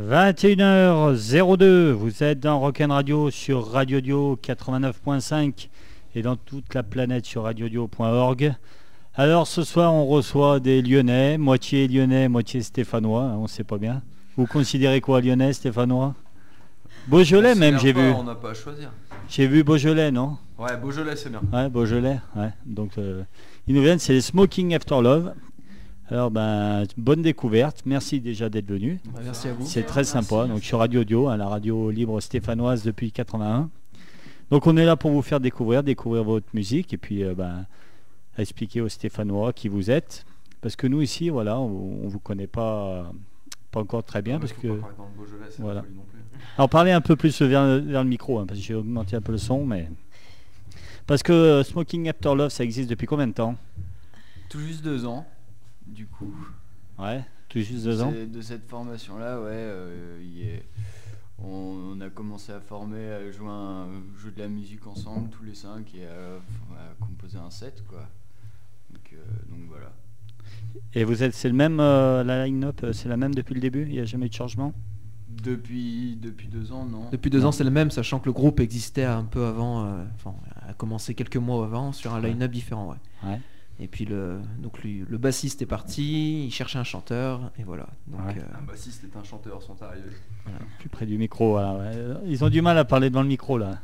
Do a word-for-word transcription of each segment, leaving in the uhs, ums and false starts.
vingt et une heures zéro deux, vous êtes dans Rock'n Radio sur Radio Dio quatre-vingt-neuf point cinq et dans toute la planète sur radio dio point org. Alors ce soir on reçoit des Lyonnais, moitié Lyonnais, moitié Stéphanois, hein, on ne sait pas bien. Vous considérez quoi, Lyonnais, Stéphanois? Beaujolais même, j'ai vu. On n'a pas à choisir. J'ai vu Beaujolais, non? Ouais, Beaujolais c'est bien. Ouais, Beaujolais, ouais. Donc euh, ils nous viennent, c'est les Smoking After Love. Alors ben, bonne découverte, merci déjà d'être venu. Ouais, merci à vous. C'est très merci, sympa, merci. donc sur Radio Dio, hein, la radio libre stéphanoise depuis quatre-vingt-un. Donc on est là pour vous faire découvrir, découvrir votre musique et puis euh, ben, expliquer aux Stéphanois qui vous êtes. Parce que nous ici, voilà, on ne vous connaît pas, pas encore très bien. Non, parce faut que pas parler dans le Beaujolais, c'est voilà. pas non plus. Alors parlez un peu plus vers, vers le micro, hein, parce que j'ai augmenté un peu le son, mais parce que euh, Smoking After Love, ça existe depuis combien de temps? Tout juste deux ans, du coup. Ouais, tout juste deux ans. De cette formation-là, ouais, euh, y est, on, on a commencé à former, à jouer, un, jouer de la musique ensemble, tous les cinq, et à, à composer un set, quoi. Donc, euh, donc voilà. Et vous êtes, c'est le même, euh, la line-up, c'est la même depuis le début? Il n'y a jamais eu de changement? Depuis, depuis deux ans, non. Depuis deux non. ans, c'est le même, sachant que le groupe existait un peu avant, euh, enfin, a commencé quelques mois avant sur un line-up différent, ouais. Ouais. Et puis le, donc lui, le bassiste est parti, il cherchait un chanteur, et voilà. Donc, Ouais. euh, Un bassiste et un chanteur sont arrivés. voilà. Plus près du micro, voilà, ouais. Ils ont du mal à parler devant le micro là.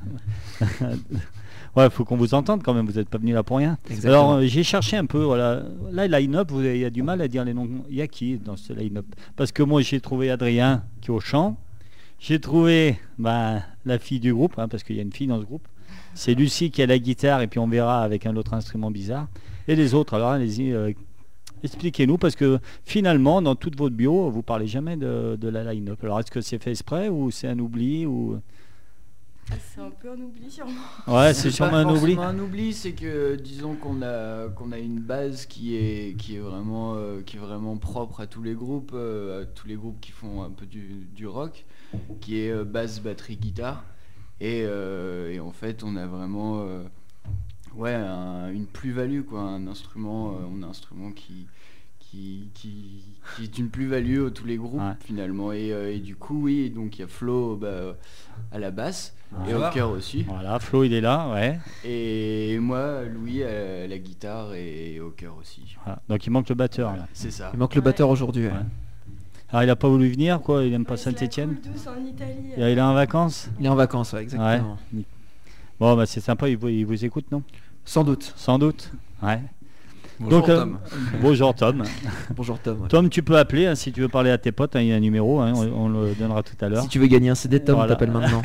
Ouais, faut qu'on vous entende quand même, vous n'êtes pas venu là pour rien. Exactement. Alors euh, j'ai cherché un peu, voilà. Là, le line-up, vous avez- il y a du mal à dire les noms. Il y a qui dans ce line-up? Parce que moi j'ai trouvé Adrien qui est au chant. J'ai trouvé bah, la fille du groupe, hein, parce qu'il y a une fille dans ce groupe. C'est Lucie qui a la guitare et puis on verra avec un autre instrument bizarre. Et les autres, alors allez-y, euh, expliquez-nous, parce que finalement, dans toute votre bio, vous parlez jamais de, de la line-up. Alors est-ce que c'est fait exprès ou c'est un oubli ou... C'est un peu un oubli sûrement. Ouais, c'est C'est sûrement pas un oubli. forcément un oubli, c'est que disons qu'on a qu'on a une base qui est qui est vraiment euh, qui est vraiment propre à tous les groupes, euh, à tous les groupes qui font un peu du, du rock, qui est euh, basse, batterie, guitare, et, euh, et en fait on a vraiment euh, ouais un- une plus-value, quoi, un instrument, euh, on a un instrument qui qui, qui, qui est une plus-value à tous les groupes, Ouais. finalement, et, euh, et du coup oui, donc il y a Flo bah, à la basse Ouais. et au cœur aussi. Voilà, Flo il est là, ouais. Et moi, Louis, à la guitare et au cœur aussi. Voilà. Donc il manque le batteur là. C'est ça. Il manque le Ouais. batteur aujourd'hui. ouais. Ouais. Alors il a pas voulu venir, quoi, il aime pas Ouais, c'est la Saint-Étienne. cool douce en Italie. Il est en vacances. Il est en vacances, ouais, exactement. Ouais. Bon bah c'est sympa, il vous, il vous écoute, non? Sans doute. Sans doute. Ouais. Bonjour Donc, euh, Tom. bonjour Tom. Bonjour Tom. ouais. Tom, tu peux appeler hein, si tu veux parler à tes potes, hein, il y a un numéro, hein, on, on le donnera tout à l'heure. Si tu veux gagner un C D, Tom, Voilà. t'appelles maintenant.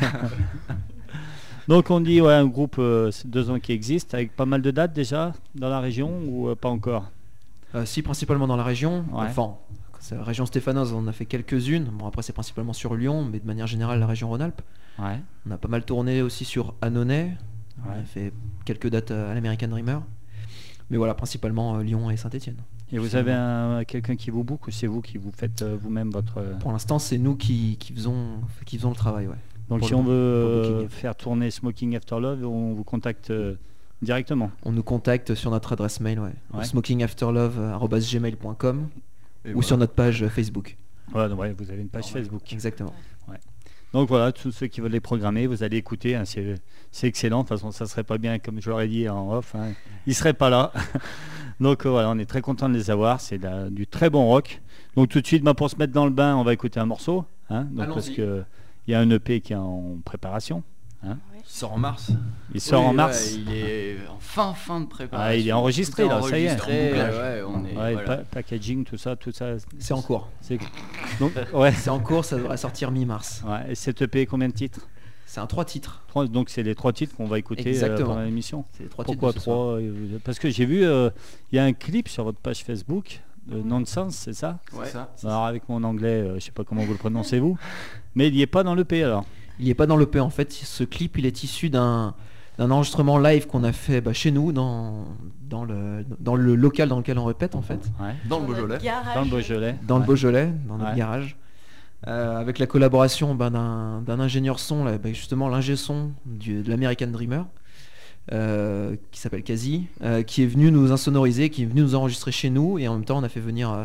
Donc on dit ouais, un groupe euh, c'est deux ans qui existe, avec pas mal de dates déjà dans la région ou euh, pas encore? Euh, si, principalement dans la région. Ouais. Enfin, c'est la région stéphanoise, on a fait quelques-unes. Bon, après, c'est principalement sur Lyon, mais de manière générale, la région Rhône-Alpes. Ouais. On a pas mal tourné aussi sur Annonay. On Ouais. a fait quelques dates à l'American Dreamer. Mais voilà, principalement euh, Lyon et Saint-Étienne. Et vous avez un, quelqu'un qui vous book ou c'est vous qui vous faites euh, vous-même votre... euh, Pour l'instant, c'est nous qui, qui, faisons, qui faisons le travail. Ouais. Donc pour si le- on veut pour le euh, booking. faire tourner Smoking After Love, on vous contacte euh, directement. On nous contacte sur notre adresse mail, ouais. Ouais. smokingafterlove arobase gmail point com Et ou voilà. sur notre page Facebook. Ouais, donc, ouais, vous avez une page Normal. Facebook. Exactement. Donc voilà, tous ceux qui veulent les programmer, vous allez écouter, hein, c'est, c'est excellent. De toute façon, ça serait pas bien, comme je l'aurais dit en off, hein, ils seraient pas là. Donc euh, voilà, on est très content de les avoir, c'est de la- du très bon rock. Donc tout de suite, bah, pour se mettre dans le bain, on va écouter un morceau, hein, donc, parce Allons-y. que il y a un E P qui est en préparation. Il sort en mars. Il sort Oui, en ouais, mars. il est en fin fin de préparation. Ah, il est enregistré, Tout là, ça y est. enregistré, En bouclage. ouais, on est, Ouais, voilà. pa- packaging, tout ça, tout ça. C'est en cours. c'est- Donc, ouais. C'est en cours, ça devrait sortir mi-mars. Ouais. Et cet E P, combien de titres? C'est un trois titres. Trois, donc c'est les trois titres qu'on va écouter euh, Exactement. pendant l'émission. C'est les trois Pourquoi titres de ce soir. trois euh, Parce que j'ai vu, euh, il y a un clip sur votre page Facebook, de Nonsense, c'est ça? Ouais. C'est ça. Alors avec mon anglais, euh, je sais pas comment vous le prononcez vous, mais il n'y est pas dans l'E P alors. Il n'est pas dans l'E P en fait. Ce clip, il est issu d'un d'un enregistrement live qu'on a fait bah, chez nous, dans, dans, le, dans le local dans lequel on répète en fait. Ouais. Dans le Beaujolais. Dans le Beaujolais. Dans le Ouais. Beaujolais, dans notre Ouais. garage. Euh, avec la collaboration bah, d'un d'un ingénieur son, là, bah, justement l'ingé son du- de l'American Dreamer, euh, qui s'appelle Kazi, euh, qui est venu nous insonoriser, qui est venu nous enregistrer chez nous, et en même temps on a fait venir euh,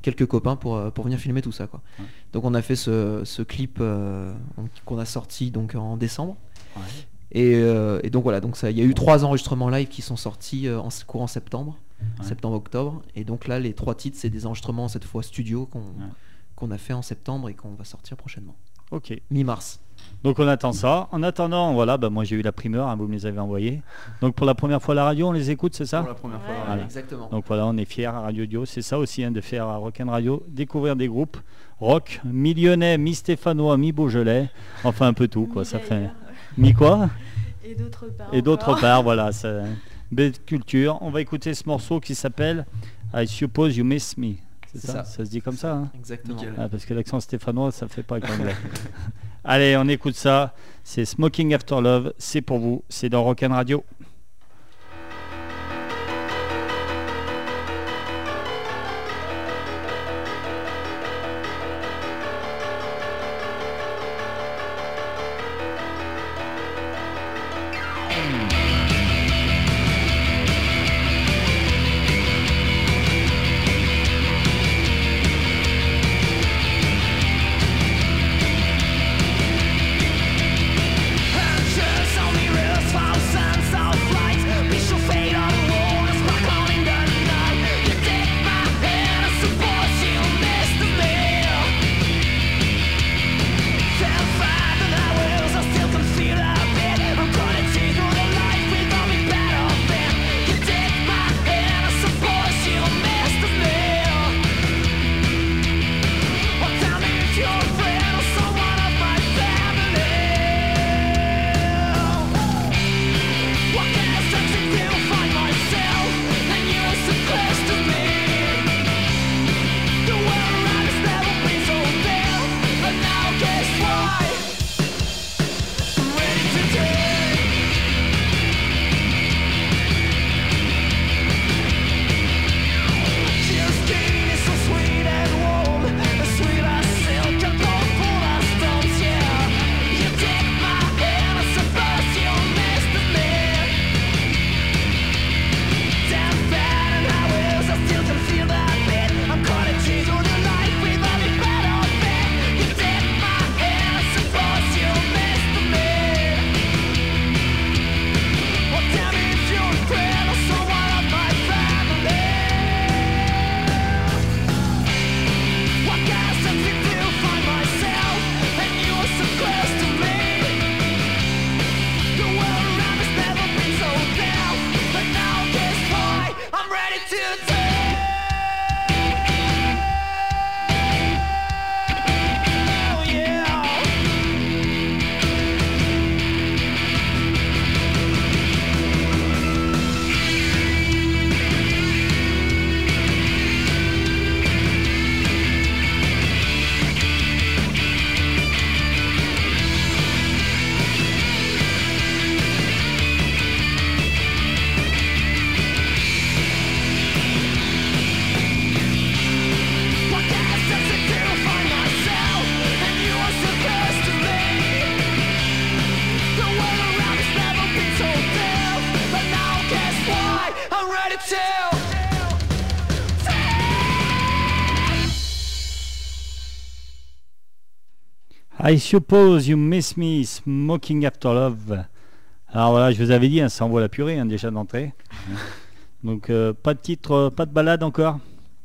quelques copains pour, euh, pour venir filmer tout ça, quoi. Ouais. Donc on a fait ce, ce clip euh, qu'on a sorti donc en décembre. Ouais. Et, euh, et donc voilà, donc ça, il y a eu trois enregistrements live qui sont sortis euh, en courant septembre, ouais. septembre-octobre. Et donc là, les trois titres, c'est des enregistrements cette fois studio qu'on ouais. qu'on a fait en septembre et qu'on va sortir prochainement. Ok. Mi-mars. Donc on attend ça. En attendant, voilà, bah moi j'ai eu la primeur, hein, vous me les avez envoyés. Donc pour la première fois à la radio, on les écoute, c'est ça ? Pour la première fois, ouais, voilà. Exactement. Donc voilà, on est fiers à Radio Dio. C'est ça aussi, hein, de faire à Rock and Radio, découvrir des groupes rock, mi-lyonnais, mi-stéphanois, mi-beaujolais, enfin un peu tout, quoi. Ça fait mi quoi ? Et d'autre part. Et d'autre part, voilà, c'est belle culture. On va écouter ce morceau qui s'appelle I Suppose You Miss Me. C'est, c'est ça, ça ça se dit comme ça, hein ? Exactement. Ah, parce que l'accent stéphanois, ça fait pas avec l'anglais. Allez, on écoute ça. C'est Smoking After Love. C'est pour vous. C'est dans Rock and Radio. I Suppose You Miss Me, Smoking After Love. Alors voilà, je vous avais dit, hein, ça envoie la purée hein, déjà d'entrée. Donc euh, pas de titre, euh, pas de balade encore.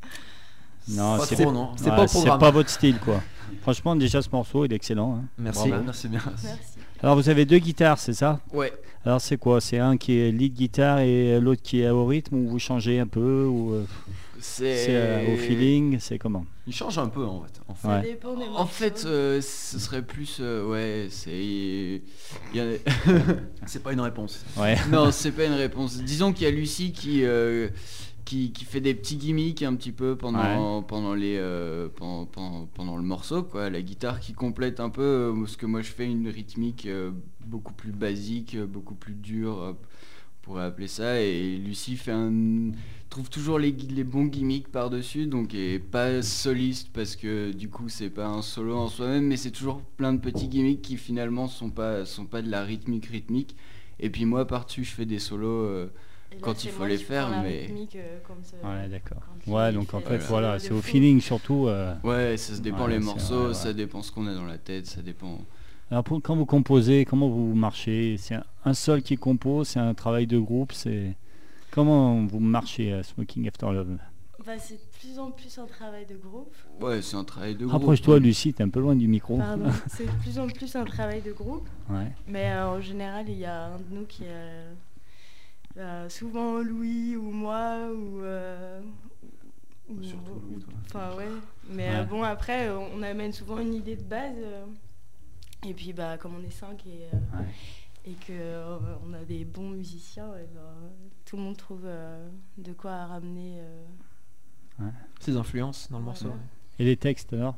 Non, pas c'est trop, non. C'est, ouais, pas, c'est pas votre style quoi. Franchement, déjà ce morceau il est excellent. Hein. Merci. Bravo, merci bien. Merci. Alors vous avez deux guitares, c'est ça ? Ouais. Alors c'est quoi ? C'est un qui est lead guitare et l'autre qui est au rythme ou vous changez un peu ou euh, c'est, c'est euh, au feeling, c'est comment ? Il change un peu en fait. En fait, Ça ouais. dépend des en fait euh, ce serait plus euh, ouais c'est il y a... c'est pas une réponse. Ouais. Non, c'est pas une réponse. Disons qu'il y a Lucie qui euh, Qui, qui fait des petits gimmicks un petit peu pendant, ouais. pendant, les, euh, pendant, pendant, pendant le morceau, quoi. La guitare qui complète un peu euh, parce que moi je fais une rythmique euh, beaucoup plus basique, euh, beaucoup plus dure, euh, on pourrait appeler ça, et Lucie fait un, trouve toujours les, les bons gimmicks par-dessus, donc est pas soliste parce que du coup c'est pas un solo en soi-même, mais c'est toujours plein de petits gimmicks qui finalement sont pas, sont pas de la rythmique rythmique. Et puis moi par-dessus je fais des solos euh, Et là, quand c'est il faut moi les qui faire, prends la mais- rythmique, euh, quand, euh, Ouais, d'accord. quand Ouais, il donc en fait fait, le voilà, solo c'est de au fou. feeling surtout. euh. Ouais, ça se dépend Ouais, les c'est morceaux, vrai, ça ouais. dépend ce qu'on a dans la tête, ça dépend. Alors pour- quand vous composez, comment vous marchez? C'est un, un seul qui compose, c'est un travail de groupe, c'est comment vous marchez à Smoking After Love? Bah, c'est de plus en plus un travail de groupe. Ouais, c'est un travail de groupe. Rapproche-toi, Lucie, t'es un peu loin du micro. Pardon, c'est de plus en plus un travail de groupe. Ouais. Mais euh, en général, il y a un de nous qui est euh, souvent Louis ou moi ou. euh, ou- Surtout Louis, toi. Enfin, ouais. Mais Ouais. euh, bon, après, euh, on amène souvent une idée de base. euh, et puis, bah, comme on est cinq et, euh, Ouais. et que euh, on a des bons musiciens, et ben, tout le monde trouve euh, de quoi ramener. euh, Ses influences dans le morceau. Ouais. ouais. Et les textes alors?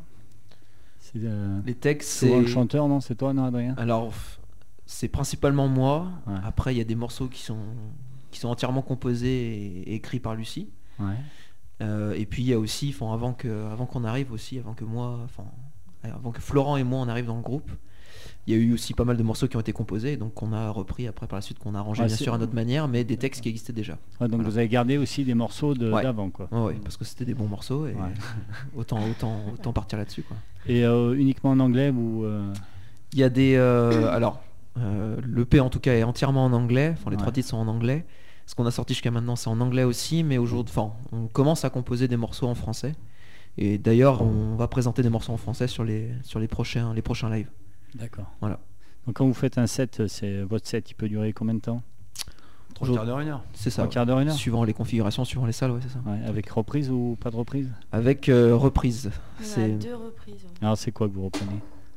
C'est euh, Les textes, souvent c'est le chanteur, non? C'est toi, non, Adrien? alors f- c'est principalement moi. Ouais. Après, il y a des morceaux qui sont qui sont entièrement composés et, et écrits par Lucie. Ouais. Euh, et puis il y a aussi, enfin, avant que avant qu'on arrive aussi, avant que moi, enfin avant que Florent et moi on arrive dans le groupe, il y a eu aussi pas mal de morceaux qui ont été composés, donc qu'on a repris après par la suite, qu'on a arrangé Ouais, bien c'est- sûr à notre manière, mais des textes qui existaient déjà. Ouais, donc Voilà. vous avez gardé aussi des morceaux de- Ouais. d'avant, quoi. Ouais, ouais, parce que c'était des bons morceaux et Ouais. autant autant autant partir là-dessus quoi. Et euh, uniquement en anglais ou euh, Il y a des euh, alors euh, l'E P en tout cas est entièrement en anglais, enfin les Ouais. trois titres sont en anglais. Ce qu'on a sorti jusqu'à maintenant c'est en anglais aussi, mais aujourd'hui, enfin on commence à composer des morceaux en français. Et d'ailleurs on va présenter des morceaux en français sur les sur les prochains les prochains lives. D'accord. Voilà. Donc quand vous faites un set, c'est votre set, il peut durer combien de temps? Trois Aujourd'hui- quarts d'heure, une heure. C'est ça. Un ouais. quart d'heure, une heure? Suivant les configurations, suivant les salles, ouais, c'est ça. Ouais, avec reprise ou pas de reprise? Avec euh, reprise. On a C'est deux reprises. ouais. Alors c'est quoi que vous reprenez?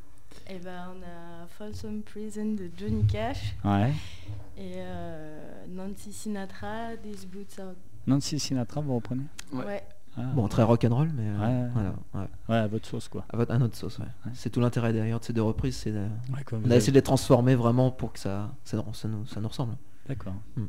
Et ben, on a Folsom Prison de Johnny Cash Ouais. et euh, Nancy Sinatra, These Boots Are. Nancy Sinatra, vous reprenez? Ouais. Ouais. Ah, bon très rock'n'roll, mais euh, Ouais. voilà, ouais. Ouais, à votre sauce, quoi. À, votre- à notre sauce. Ouais. Ouais. C'est tout l'intérêt d'ailleurs de ces deux reprises, c'est de- Ouais, quoi, vous on a avez- essayé de les transformer vraiment pour que ça ça, nous- ça nous ça nous ressemble. D'accord. Hmm.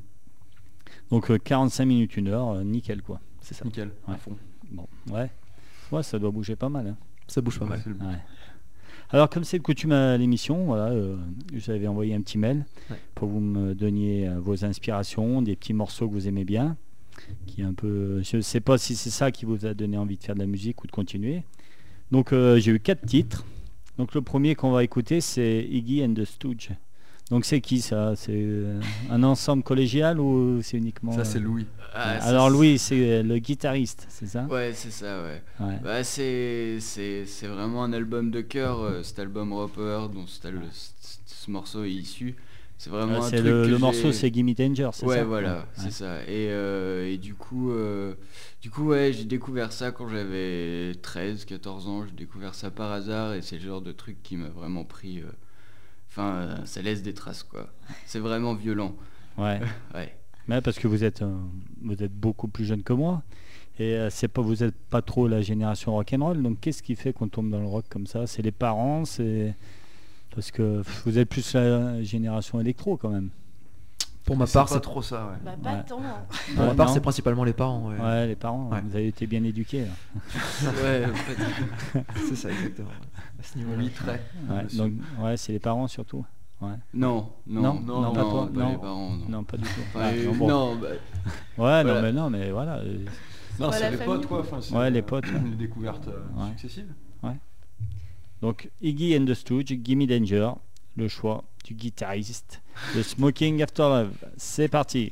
Donc euh, quarante-cinq minutes, une heure, euh, nickel, quoi. C'est ça. Nickel, Ouais. à fond. Bon, ouais. Ouais, ça doit bouger pas mal, hein. Ça bouge pas mal. C'est le- Ouais. Alors comme c'est le coutume à l'émission, voilà, euh, je vous avais envoyé un petit mail Ouais. pour que vous me donniez euh, vos inspirations, des petits morceaux que vous aimez bien, qui est un peu, je ne sais pas si c'est ça qui vous a donné envie de faire de la musique ou de continuer. Donc euh, j'ai eu quatre titres. Donc le premier qu'on va écouter c'est Iggy and the Stooges. Donc c'est qui ça? C'est euh, un ensemble collégial ou c'est uniquement Ça, c'est euh, Louis. Ah, ça, Alors c'est- Louis c'est le guitariste, c'est ça? Ouais, c'est ça, ouais. Ouais. Bah, c'est, c'est, c'est vraiment un album de cœur, euh, cet album Roper, dont cet al- ce, ce morceau est issu. C'est vraiment Euh, un c'est truc le, que le j'ai- morceau c'est Gimme Danger, c'est Ouais, ça? voilà, Ouais. c'est ça. Et, euh, et du coup, euh, du coup, ouais, j'ai découvert ça quand j'avais treize, quatorze ans. J'ai découvert ça par hasard et c'est le genre de truc qui m'a vraiment pris. euh, Enfin, euh, ça laisse des traces, quoi. C'est vraiment violent. Ouais. Ouais. Mais parce que vous êtes, euh, vous êtes beaucoup plus jeune que moi. Et euh, c'est pas, vous n'êtes pas trop la génération rock'n'roll. Donc qu'est-ce qui fait qu'on tombe dans le rock comme ça? C'est les parents, c'est parce que pff, vous êtes plus la génération électro quand même. Pour ma C'est part, pas c'est trop ça, ouais. Bah, pas Ouais. tant. hein. pour ma Ouais, part, non c'est principalement les parents. Ouais, Ouais, les parents, Ouais. vous avez été bien éduqués. Là. Ouais, en fait, c'est ça exactement. À ce niveau-là. Lui, très. Ouais, Monsieur. donc ouais, c'est les parents surtout. Ouais. non, non, Non, non, non, pas toi, pas non. les parents, non. Non, pas du tout. Enfin, Ah, euh, non, bon. non, bah, Ouais, Voilà. non, mais non, mais voilà. euh, Non, pas c'est la les famille. potes, quoi. Enfin, c'est, Ouais, les euh, potes, ouais. Les découvertes euh, Ouais. successives. Donc Iggy and the Stooges, Gimme Danger, le choix du guitariste de Smoking After Love. C'est parti.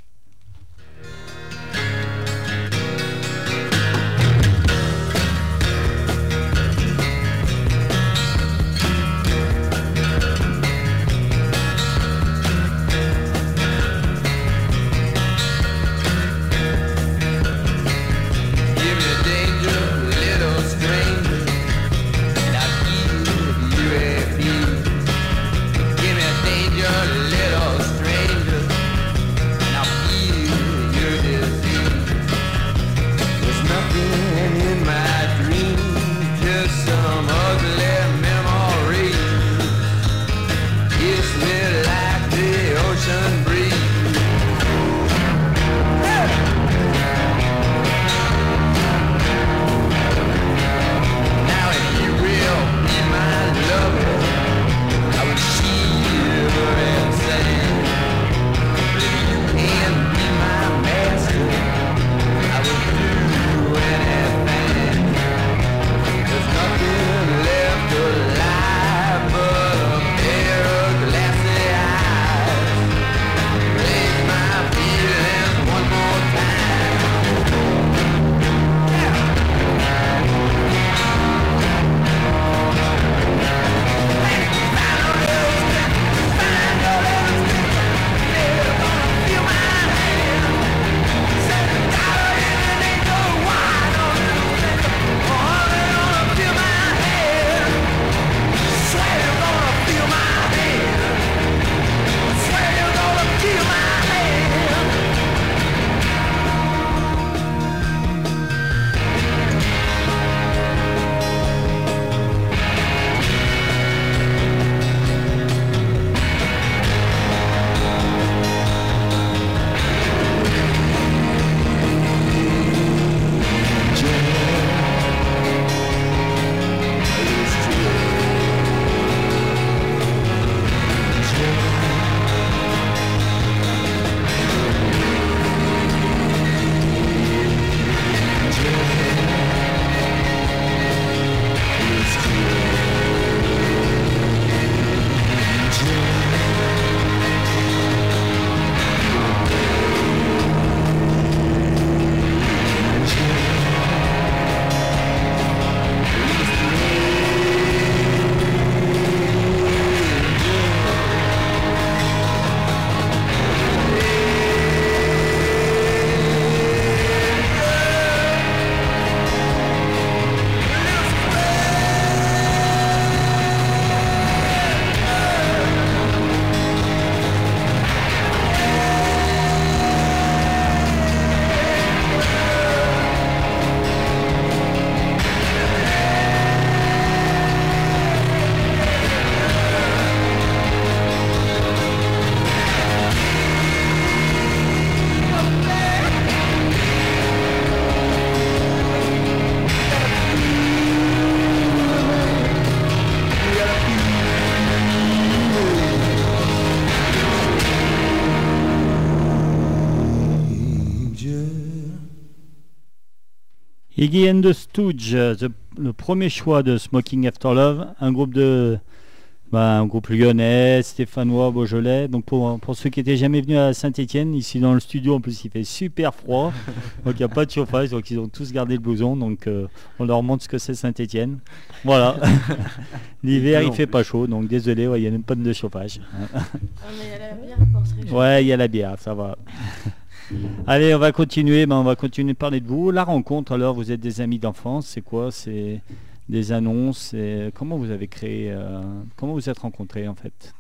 Give me danger, little stranger, and I'll give you a beat. Give me danger, little stranger, Iggy and the Stooges, euh, the- le premier choix de Smoking After Love, un groupe de, bah, un groupe lyonnais, stéphanois, beaujolais. Donc pour, pour ceux qui n'étaient jamais venus à Saint-Étienne, ici dans le studio, en plus il fait super froid, donc il n'y a pas de chauffage, donc ils ont tous gardé le blouson, donc euh, on leur montre ce que c'est Saint-Étienne. Voilà. L'hiver il fait pas chaud, donc désolé, ouais, il n'y a même pas de chauffage. Ah, mais il y a la bière pour se réchauffer. Ouais, il y a la bière, ça va. Allez, on va continuer, ben, on va continuer de parler de vous. La rencontre, alors, vous êtes des amis d'enfance, c'est quoi? C'est des annonces, c'est- comment vous avez créé, euh, comment vous êtes rencontrés en fait?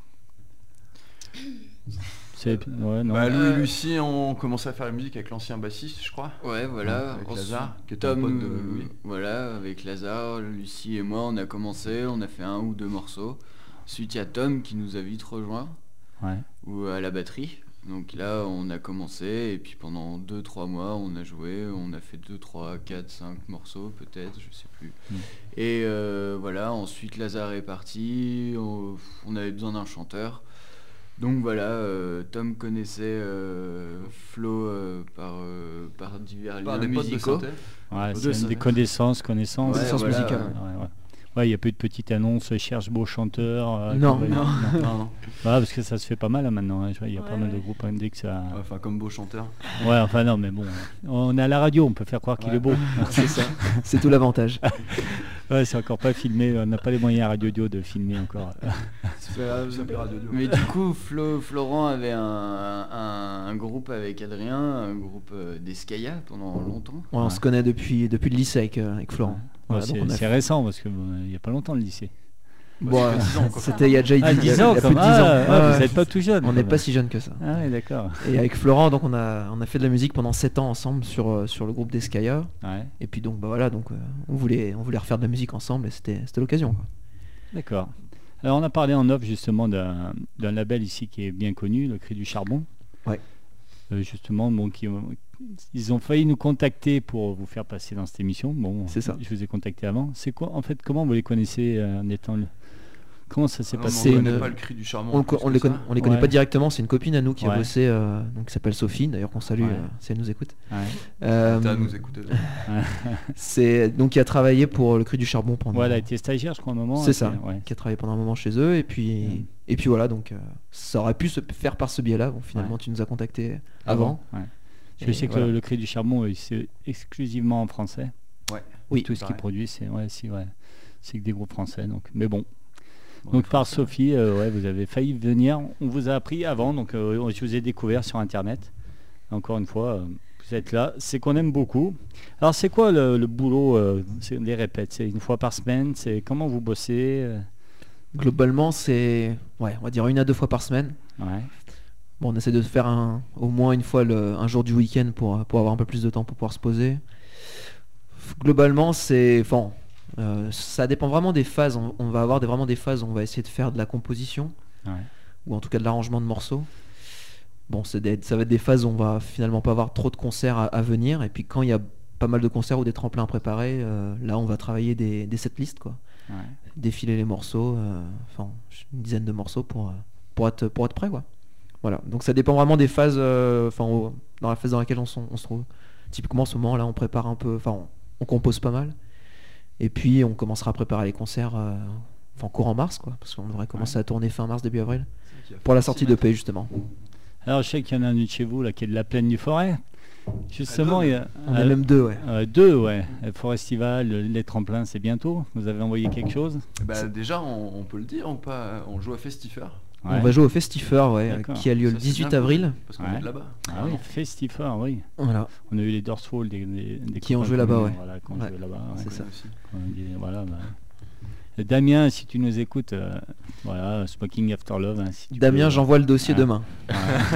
C'est... Ouais, non. Bah, Louis Euh, et Lucie ont commencé à faire la musique avec l'ancien bassiste, je crois. Ouais, voilà. Avec Ensuite, Lazare, qui était un Tom, pote de euh, Louis. voilà, avec Lazare, Lucie et moi, on a commencé, on a fait un ou deux morceaux. Ensuite, il y a Tom qui nous a vite rejoint, Ouais. ou à la batterie. Donc là, on a commencé, et puis pendant deux trois mois, on a joué, on a fait deux trois quatre cinq morceaux peut-être, je sais plus. Mm. Et euh, voilà, ensuite Lazare est parti, on, on avait besoin d'un chanteur. Donc voilà, euh, Tom connaissait euh, Flo euh, par, euh, par divers Par liens des potes de musicaux. synthèse. Ouais, Deux, c'est ça des va. connaissances, connaissances. Ouais, Connaissances voilà, musicales. ouais. Ouais, ouais. Ouais, il y a peu de petites annonces, cherche beau chanteur. euh, Non, qu'on va- non. Non, non. Ouais, parce que ça se fait pas mal hein, maintenant. hein, je vois, Il y a pas Ouais, mal de ouais. groupes hein, dès que ça. Enfin, comme beau chanteur. Ouais, enfin non, mais bon, on est à la radio, on peut faire croire qu'il Ouais. est beau. C'est ça. C'est tout l'avantage. Ouais, c'est encore pas filmé, on n'a pas les moyens à Radio Dio de filmer encore. C'est pas grave. Ça plaira de Dieu. Mais du coup, Flo, Florent avait un, un- un groupe avec Adrien, un groupe euh, d'Escaya pendant longtemps. Ouais, on Ouais. se connaît depuis, depuis le lycée avec, euh, avec Florent. Voilà, Ouais, donc c'est on a c'est récent parce qu'il n'y a pas longtemps le lycée. Bon, ça fait euh, dix ans, quoi. c'était il y a déjà Ah, il y a- dix ans il y a comme plus de dix ah, ans. ah, Ouais, vous ouais. n'êtes pas tout jeune. On quand n'est même. pas si jeune que ça. Ah oui, d'accord. Et avec Florent, donc on a, on a fait de la musique pendant sept ans ensemble sur, euh, sur le groupe d'Escaya. Ouais, Et puis donc bah voilà, donc euh, on voulait, on voulait refaire de la musique ensemble et c'était, c'était l'occasion. quoi. d'accord. Alors on a parlé en off justement d'un d'un label ici qui est bien connu, le Cri du Charbon. Ouais. Euh, justement, bon, qui, ont- ils ont failli nous contacter pour vous faire passer dans cette émission. Bon, C'est ça. Je vous ai contacté avant. C'est quoi, en fait, comment vous les connaissez euh, en étant le... Comment ça s'est Ah non, passé mais on une- connaît pas le cri du charbon. On, le plus co- on que les ça. connaît, on les connaît Ouais. pas directement, c'est une copine à nous qui Ouais. a bossé, euh, donc qui s'appelle Sophie, d'ailleurs qu'on salue Ouais. euh, si elle nous écoute. Ouais. Euh, T'as à nous écouter. donc. c'est donc qui a travaillé pour le Cri du Charbon pendant. Ouais, elle a été stagiaire, je crois, un moment. C'est et ça, puis, ouais. qui a travaillé pendant un moment chez eux et puis Mm. et puis voilà donc euh, ça aurait pu se faire par ce biais-là. Bon, finalement, Ouais. tu nous as contacté Ah avant. bon, ouais. Je Et sais que voilà. le, le Cri du Charbon, euh, c'est exclusivement en français. Ouais. Oui, Tout ce qu'ils pareil. produisent, c'est ouais, si, ouais. c'est que des groupes français. Donc. Mais bon. Bon, Donc les par Français. Sophie, euh, ouais, vous avez failli venir. On vous a appris avant, donc euh, je vous ai découvert sur Internet. Encore une fois, euh, vous êtes là. C'est qu'on aime beaucoup. Alors c'est quoi le, le boulot euh, c'est les répètes, c'est une fois par semaine. C'est comment vous bossez euh, Globalement, c'est ouais, on va dire une à deux fois par semaine. ouais. Bon, on essaie de faire un, au moins une fois le, un jour du week-end pour, pour avoir un peu plus de temps pour pouvoir se poser. Globalement, c'est. Enfin, euh, ça dépend vraiment des phases. On, on va avoir des, vraiment des phases où on va essayer de faire de la composition, Ouais. ou en tout cas de l'arrangement de morceaux. Bon, c'est des- ça va être des phases où on va finalement pas avoir trop de concerts à, à venir. Et puis quand il y a pas mal de concerts ou des tremplins à préparer, euh, là on va travailler des, des setlists, quoi. Ouais. Défiler les morceaux, euh, enfin une dizaine de morceaux pour, euh, pour, être, pour être prêt, quoi. Voilà, donc ça dépend vraiment des phases, euh, enfin au- dans la phase dans laquelle on, s'en- on se trouve. Typiquement en ce moment là on prépare un peu, enfin on, on compose pas mal. Et puis on commencera à préparer les concerts euh, enfin courant mars, quoi, parce qu'on devrait commencer à tourner fin mars, début avril, Qui a fait pour la six sortie de mètres. P justement. Alors je sais qu'il y en a un de chez vous là qui est de la plaine du Forêt. Justement, Ah, deux. il y a On euh, a même deux, ouais. euh, deux, ouais. Le Forestival, le- les tremplins, c'est bientôt. Vous avez envoyé quelque chose Bah, déjà, on, on peut le dire ou pas. On joue à Festifer. Ouais. On va jouer au Festifer, ouais, D'accord. qui a lieu Ça, le c'est dix-huit bien avril. cool, Parce qu'on Ouais. est de là-bas. Ah oui, Festifer, oui. Voilà. On a eu les Dorsfall des, des, des Qui ont copains joué là-bas, communs, ouais. Voilà, qui ont Ouais. joué là-bas. ouais. C'est ça. Aussi. On dit, voilà, bah. Et Damien, si tu nous écoutes, euh, voilà, Smoking After Love. hein, si tu Damien, peux. j'envoie le dossier Ouais. demain. Ouais.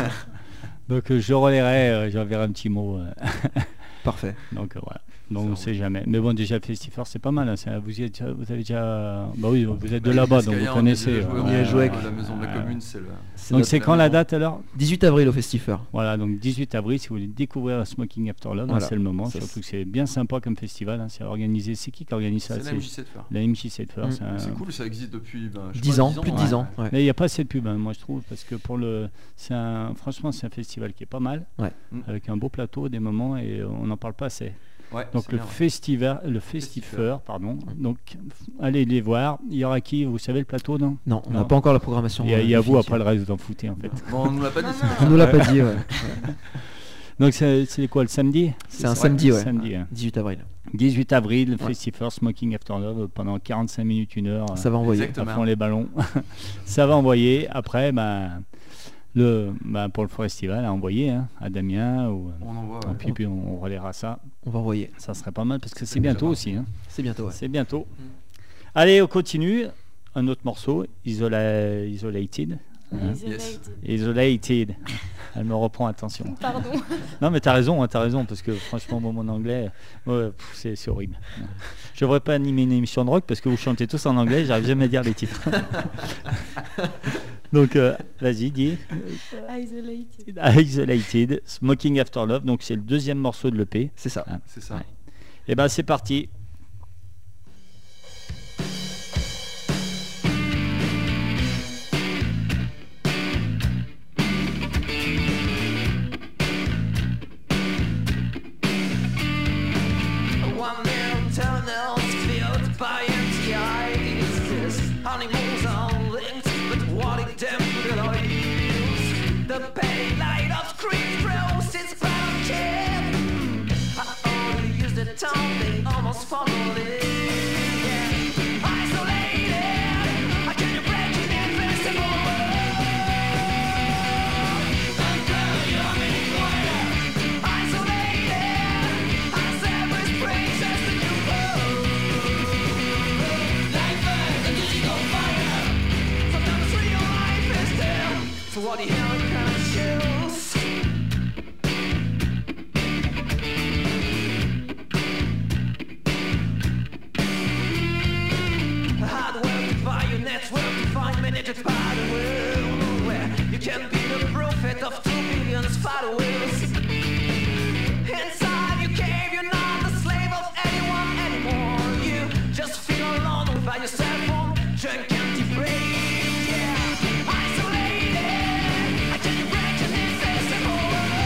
Donc euh, je relayerai, euh, j'enverrai un petit mot. euh, Parfait. donc euh, voilà. Donc on ne Ça sait roule. jamais. Mais bon, déjà Festifer, c'est pas mal. hein, c'est- vous, y êtes, déjà- vous avez déjà. Bah oui, vous êtes de Bah, là-bas, les donc Escaillans, vous on a connaissez. déjà joué, ouais, on y a ouais, joué avec- ouais, La maison de la ouais. commune, c'est le. C'est Donc notre- c'est quand la date alors? dix-huit avril au Festifer. Voilà, donc dix-huit avril, si vous voulez découvrir Smoking After Love, hein, Voilà. c'est le moment. Ça, Surtout que c'est bien sympa comme festival. hein, c'est organisé. C'est qui qui organise ça? C'est la M J C de faire. la M J C de faire. Mm. c'est un- C'est cool, ça existe depuis ben, je sais dix pas, ans, plus de dix ans. ouais. Mais il n'y a pas assez de pub, hein, moi je trouve, parce que pour le, c'est un, franchement, c'est un festival qui est pas mal, Ouais. Mm. avec un beau plateau, des moments, et euh, on n'en parle pas assez. Ouais, Donc c'est le bien, ouais. festival, le festifeur, pardon. Donc allez les voir. Il y aura qui, vous savez le plateau, non? Non, on n'a Non. pas encore la programmation. Il y a, euh, il y a vous définitive. après le reste, vous en foutez en fait. Bon, on nous l'a pas dit. Non, c'est non. pour ça. On nous l'a pas dit, ouais. Donc c'est c'est quoi, le samedi? C'est un ça samedi, ouais. Samedi, hein. dix-huit avril. dix-huit avril, le Ouais. Festival Smoking After Love pendant quarante-cinq minutes, une heure. Ça va envoyer. Exactement. à fond les ballons. Ça va envoyer. Après, ben, le, ben, pour le festival, à envoyer hein, à Damien. Ou, On envoie. et Ouais. puis, puis on, on relaiera ça. On va envoyer. Ça serait pas mal parce que c'est C'est bientôt déjà aussi. Hein. C'est bientôt, ouais. C'est bientôt. Mm. Allez, on continue. Un autre morceau, Isola- Isolated. hein. Isolated. Isolated. Elle me reprend, attention. Pardon. Non, mais t'as raison, hein, t'as raison, parce que franchement, moi, mon anglais, ouais, pff, c'est, c'est horrible. Je devrais pas animer une émission de rock parce que vous chantez tous en anglais, j'arrive jamais à dire les titres. Donc, euh, vas-y, dis. Isolated. Isolated, Smoking After Love, donc c'est le deuxième morceau de l'E P. C'est ça. Ah. C'est ça. Ouais. Et ben c'est parti. One million tunnels filled by empty eyes. This honeymoon's on links, but what it temporize. The pale light of screen throws its brown kid. I only use the tongue, they almost follow it. Yeah. Isolated, I can't break an invincible world. Isolated, as every spring says the new world. Life is a digital fire. Sometimes real life is still. So what the hell can I choose? Hardware to buy your network to find managed by the world, where you can be the prophet of two billion followers. Inside your cave, you're not the slave of anyone anymore. You just feel alone without your cell phone, drunk empty brain. Yeah, isolated. I can't break an invisible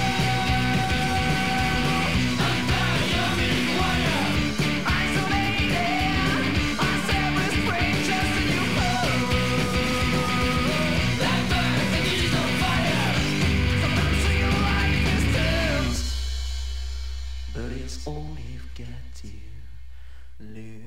isolated, as every spring just a new world. That burns a digital fire. Sometimes real life is doomed, but it's all you've got to lose.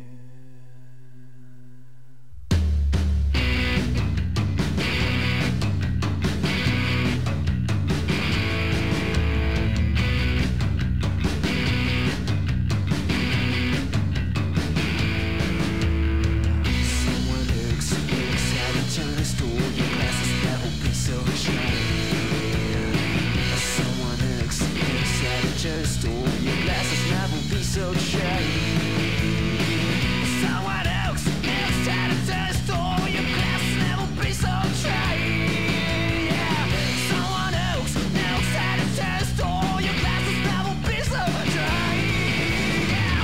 Someone looks, looks at a turn store. Your glasses never be so shiny. Someone looks, looks at a turn store. Your glasses never be so shiny. Someone else, looks at a turn store. Your glasses never be so shiny. Yeah. Someone else, looks at a turn store. Your glasses never be so shiny. Yeah.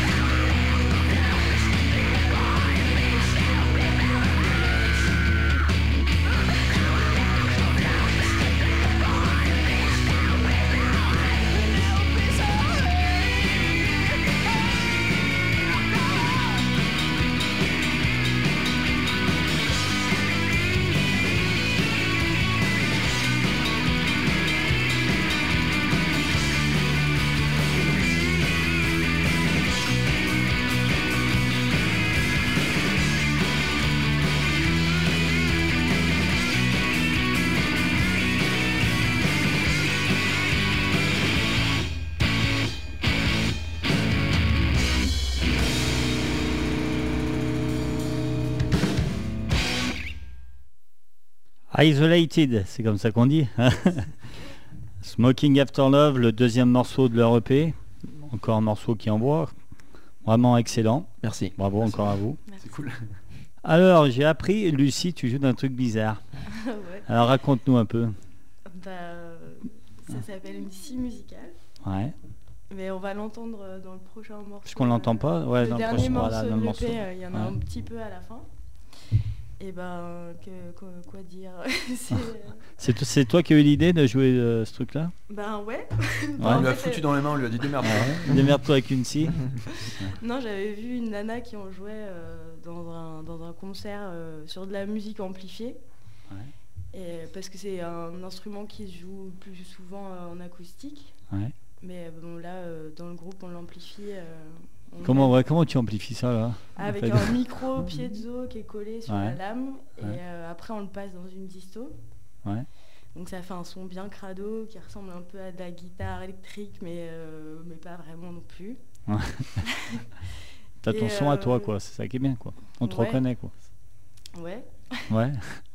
Isolated, c'est comme ça qu'on dit. hein. Smoking After Love, le deuxième morceau de leur E P. Encore un morceau qui envoie. Vraiment excellent. Merci. Bravo encore à vous. C'est cool. Alors, j'ai appris, Lucie, tu joues d'un truc bizarre. Ouais. Alors, raconte-nous un peu. Bah, euh, ça s'appelle une scie musicale. Ouais. Mais on va l'entendre euh, dans le prochain morceau. Parce qu'on l'entend pas. Ouais, le dans le dernier prochain, morceau voilà, dans de le l'E morceau. P, euh, il y en a Ouais. un petit peu à la fin. Et ben, que, quoi, quoi dire c'est, euh, C'est, t- c'est toi qui as eu l'idée de jouer euh, ce truc-là? Ben ouais. On En lui a fait, foutu euh, dans les mains, on lui a dit démerde. Démerde-toi avec une scie. Non, j'avais vu une nana qui en jouait euh, dans, un, dans un concert euh, sur de la musique amplifiée. Ouais. Et, parce que c'est un instrument qui se joue plus souvent euh, en acoustique. Ouais. Mais bon, là, euh, dans le groupe, on l'amplifie. euh, on Comment, met- ouais, comment tu amplifies ça là? Avec En fait. un micro piezo qui est collé sur Ouais. la lame. Et Ouais. euh, après, on le passe dans une disto. Ouais. Donc ça fait un son bien crado qui ressemble un peu à de la guitare électrique, mais, euh, mais pas vraiment non plus. T'as ton Et, son à toi, euh, quoi. C'est ça qui est bien, quoi. On te ouais. reconnaît, quoi. Ouais. Ouais.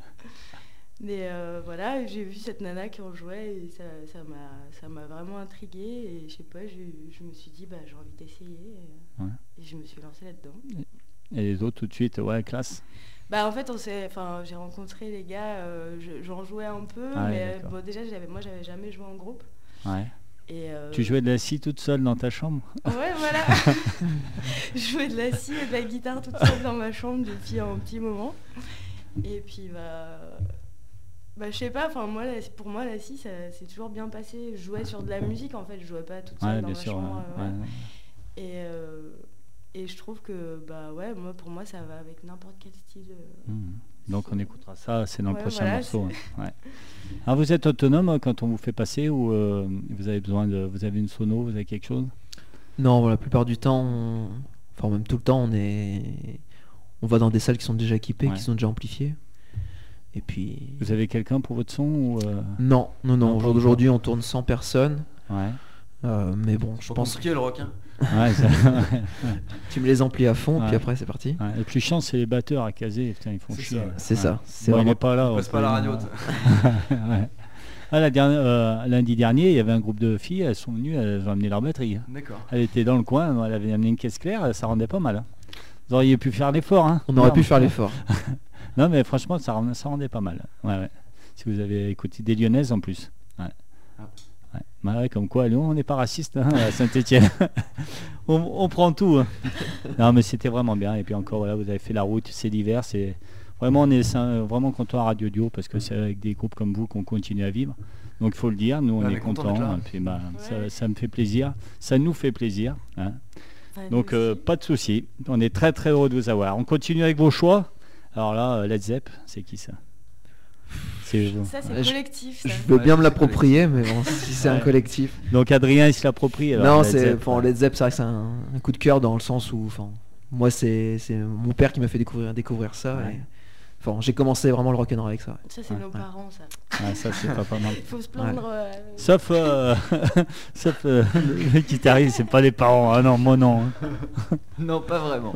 Mais euh, voilà, j'ai vu cette nana qui en jouait et ça, ça, m'a, ça m'a vraiment intriguée. Et je sais pas, je, je me suis dit, bah, j'ai envie d'essayer. Et, Ouais. et je me suis lancée là-dedans. Et les autres, tout de suite, ouais, classe. Bah, en fait, on s'est, enfin, j'ai rencontré les gars, euh, je- j'en jouais un peu, Ah ouais, mais d'accord. bon, déjà, j'avais, moi, j'avais jamais joué en groupe. Ouais. Et, euh, Tu jouais de la scie toute seule dans ta chambre? Ouais, voilà. Je jouais de la scie et de la guitare toute seule dans ma chambre depuis un petit moment. Et puis, bah, bah je sais pas, enfin, moi, la- pour moi, la scie, ça s'est toujours bien passé. Je jouais sur de la musique, en fait, je jouais pas toute seule Ouais, dans bien ma sûr. chambre. ouais, euh, ouais. ouais. Et, euh, et je trouve que, bah ouais, moi, pour moi, ça va avec n'importe quel style. euh. Mmh. Donc on écoutera ça, c'est dans le Ouais, prochain voilà, morceau. Ouais. Ouais. Alors vous êtes autonome euh, quand on vous fait passer ou euh, vous avez besoin de, vous avez une sono, vous avez quelque chose? Non, la plupart du temps, on- enfin même tout le temps, on est, on va dans des salles qui sont déjà équipées, Ouais. qui sont déjà amplifiées. Et puis, Vous avez quelqu'un pour votre son ou euh, non, non, non. Non, Au pas jour d'aujourd'hui, on tourne cent personnes. Ouais. Euh, mais bon, je Je pense pense qu'il le rock. Hein. Ouais, ça- ouais. que tu me les amplis à fond, Ouais. puis après c'est parti. Ouais. Le plus chiant, c'est les batteurs à caser. Putain, ils font C'est chier. ça, ouais. C'est Ouais. ça. C'est Bon, il vraiment. n'est pas là. On on passe peut pas la lui- radio. Ouais. Ah, la dernière, euh, lundi dernier, il y avait un groupe de filles. Elles sont venues, elles ont amené leur batterie. D'accord. Elle était dans le coin, elle avait amené une caisse claire. Ça rendait pas mal. hein. Vous auriez pu faire l'effort. Hein. On aurait Non, pu faire l'effort. Non, mais franchement, ça, rend- ça rendait pas mal. Ouais, ouais. Si vous avez écouté des Lyonnaises en plus. Ouais. Ah. Ouais. Bah ouais, comme quoi, nous, on n'est pas raciste hein, à Saint-Etienne. on, on prend tout. hein. Non, mais c'était vraiment bien. Et puis encore, voilà, vous avez fait la route, c'est l'hiver. C'est vraiment, on est ça- vraiment content à Radio Dio parce que c'est avec des groupes comme vous qu'on continue à vivre. Donc il faut le dire, nous on Ouais, on est est content d'être contents. là. Et puis bah, ça, Ouais. ça me fait plaisir, ça nous fait plaisir. hein. Enfin, Donc nous euh, aussi. pas de souci. On est très très heureux de vous avoir. On continue avec vos choix. Alors là, euh, Led Zepp, c'est qui ça? C'est vous. Ça, c'est Je- collectif. Ça. Je veux Ouais, bien c'est me l'approprier, mais bon, si c'est un Ouais. collectif. Donc Adrien il se l'approprie. alors, Non, Led c'est Zepp, enfin, ouais. Led Zepp, c'est vrai que c'est un, un coup de cœur dans le sens où, enfin, moi c'est c'est mon père qui m'a fait découvrir découvrir ça. Ouais. et, enfin, j'ai commencé vraiment le rock'n'roll avec ça. ouais. Ça, c'est Ouais. nos parents, ça. Ah, ça c'est pas, pas mal. Il faut se plaindre. euh, Sauf, euh, sauf euh, le guitariste, c'est pas les parents. Ah non, moi non. hein. Non, pas vraiment.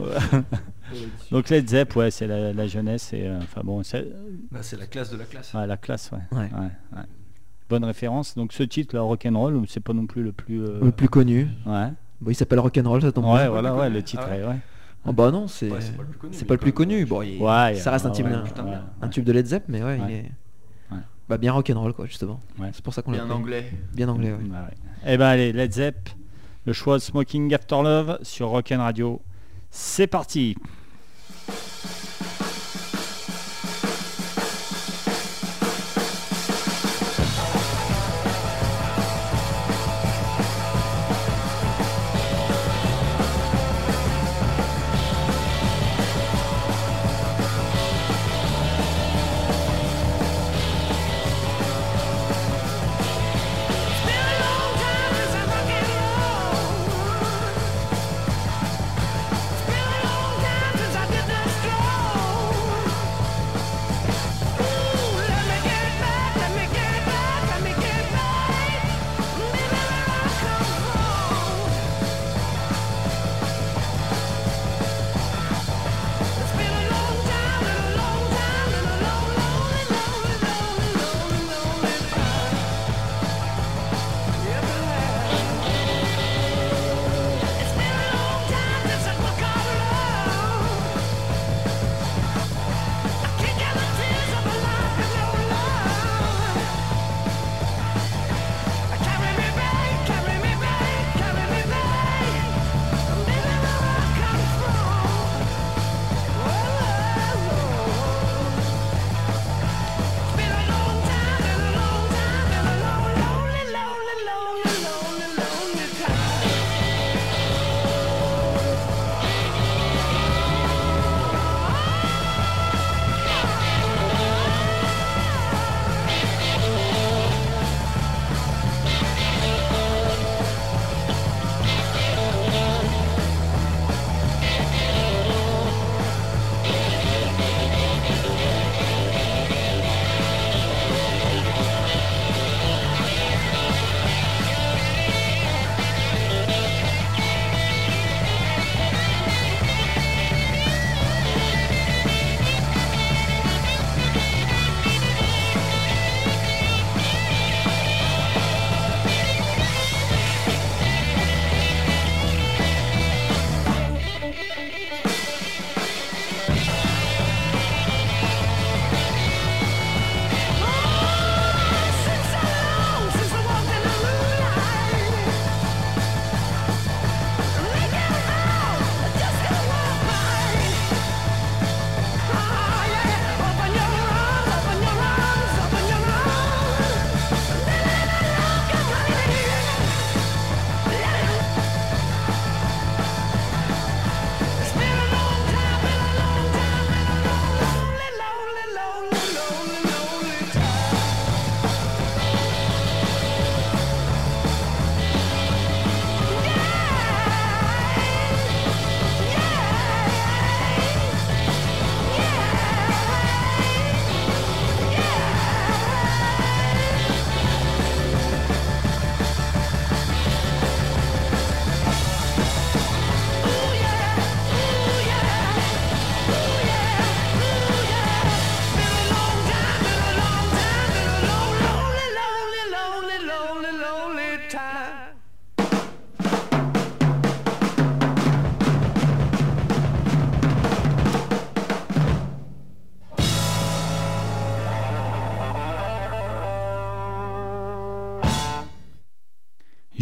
Donc Led Zepp, ouais, c'est la, la jeunesse et euh, enfin bon, c'est Bah, c'est la classe de la classe. ouais, la classe, ouais. Ouais. Ouais, ouais. Bonne référence. Donc ce titre, le rock'n'roll, c'est pas non plus le plus. euh, Le plus connu. Ouais. Bon, il s'appelle rock'n'roll, ça tombe Ouais, bien. voilà, plus ouais, connu. le titre Ah ouais. est, ouais. Oh, bah non, c'est Ouais, c'est pas le plus connu. c'est mais pas le plus quand même, connu. je- Bon, il- Ouais, ça reste un ouais, type, ouais, un, putain, ouais, bien. un ouais. tube de Led Zepp, mais ouais, Ouais. il est Ouais. bah, bien rock'n'roll quoi, justement. Ouais. C'est pour ça qu'on Bien l'appelle. anglais. Bien anglais, ouais. Bah ouais. Eh ben allez, Led Zepp, le choix de Smoking After Love sur Rock'n Radio. C'est parti. It's been a long time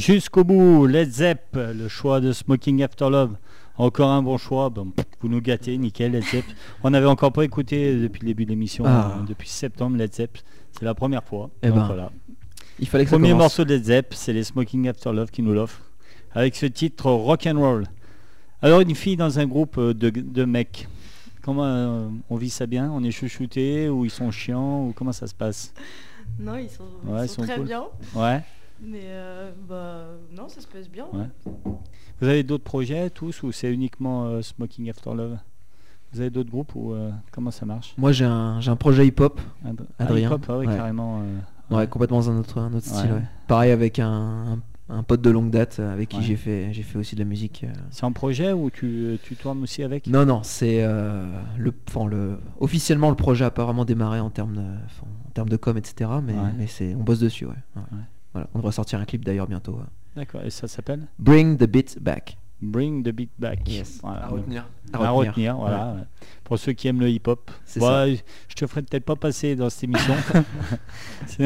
Jusqu'au bout, Led Zepp, le choix de Smoking After Love. Encore un bon choix, bon, vous nous gâtez, nickel, Led Zepp. On n'avait encore pas écouté depuis le début de l'émission, Ah. euh, depuis septembre, Led Zepp. C'est la première fois. Eh Donc ben, voilà. Il fallait que ça Premier commence. morceau de Led Zepp, c'est les Smoking After Love qui nous l'offrent. Avec ce titre Rock and Roll. Alors une fille dans un groupe euh, de, de mecs, comment euh, on vit ça bien? On est chouchoutés ou ils sont chiants ou comment ça se passe? Non, ils sont, ils Ouais, ils sont sont très cool. bien. Ouais. Mais euh, bah non, ça se passe bien. Ouais. Vous avez d'autres projets tous ou c'est uniquement euh, Smoking After Love? Vous avez d'autres groupes ou euh, comment ça marche? Moi j'ai un, j'ai un projet hip-hop. Ad- Adrien. Ah, hip-hop, ah oui, Ouais. carrément. euh, Ouais, complètement dans un autre, un autre style. Ouais. Ouais. Pareil avec un, un, un pote de longue date euh, avec qui Ouais. j'ai fait, j'ai fait aussi de la musique. euh. C'est un projet ou tu, tu tournes aussi avec? Non, non, c'est euh, le, enfin, le, officiellement le projet a pas vraiment démarré en termes de, enfin, en termes de com, et cetera. Mais, Ouais. mais c'est, on bosse dessus. Ouais. Ouais. Ouais. Voilà, on devrait sortir un clip d'ailleurs bientôt. ouais. D'accord, et ça s'appelle Bring the beat back. Bring the Beat Back. Yes. Voilà, À donc, retenir. À à retenir. retenir, voilà. ouais. Pour ceux qui aiment le hip-hop. C'est Bon, ça. euh, je te ferai peut-être pas passer dans cette émission. C'est- Bah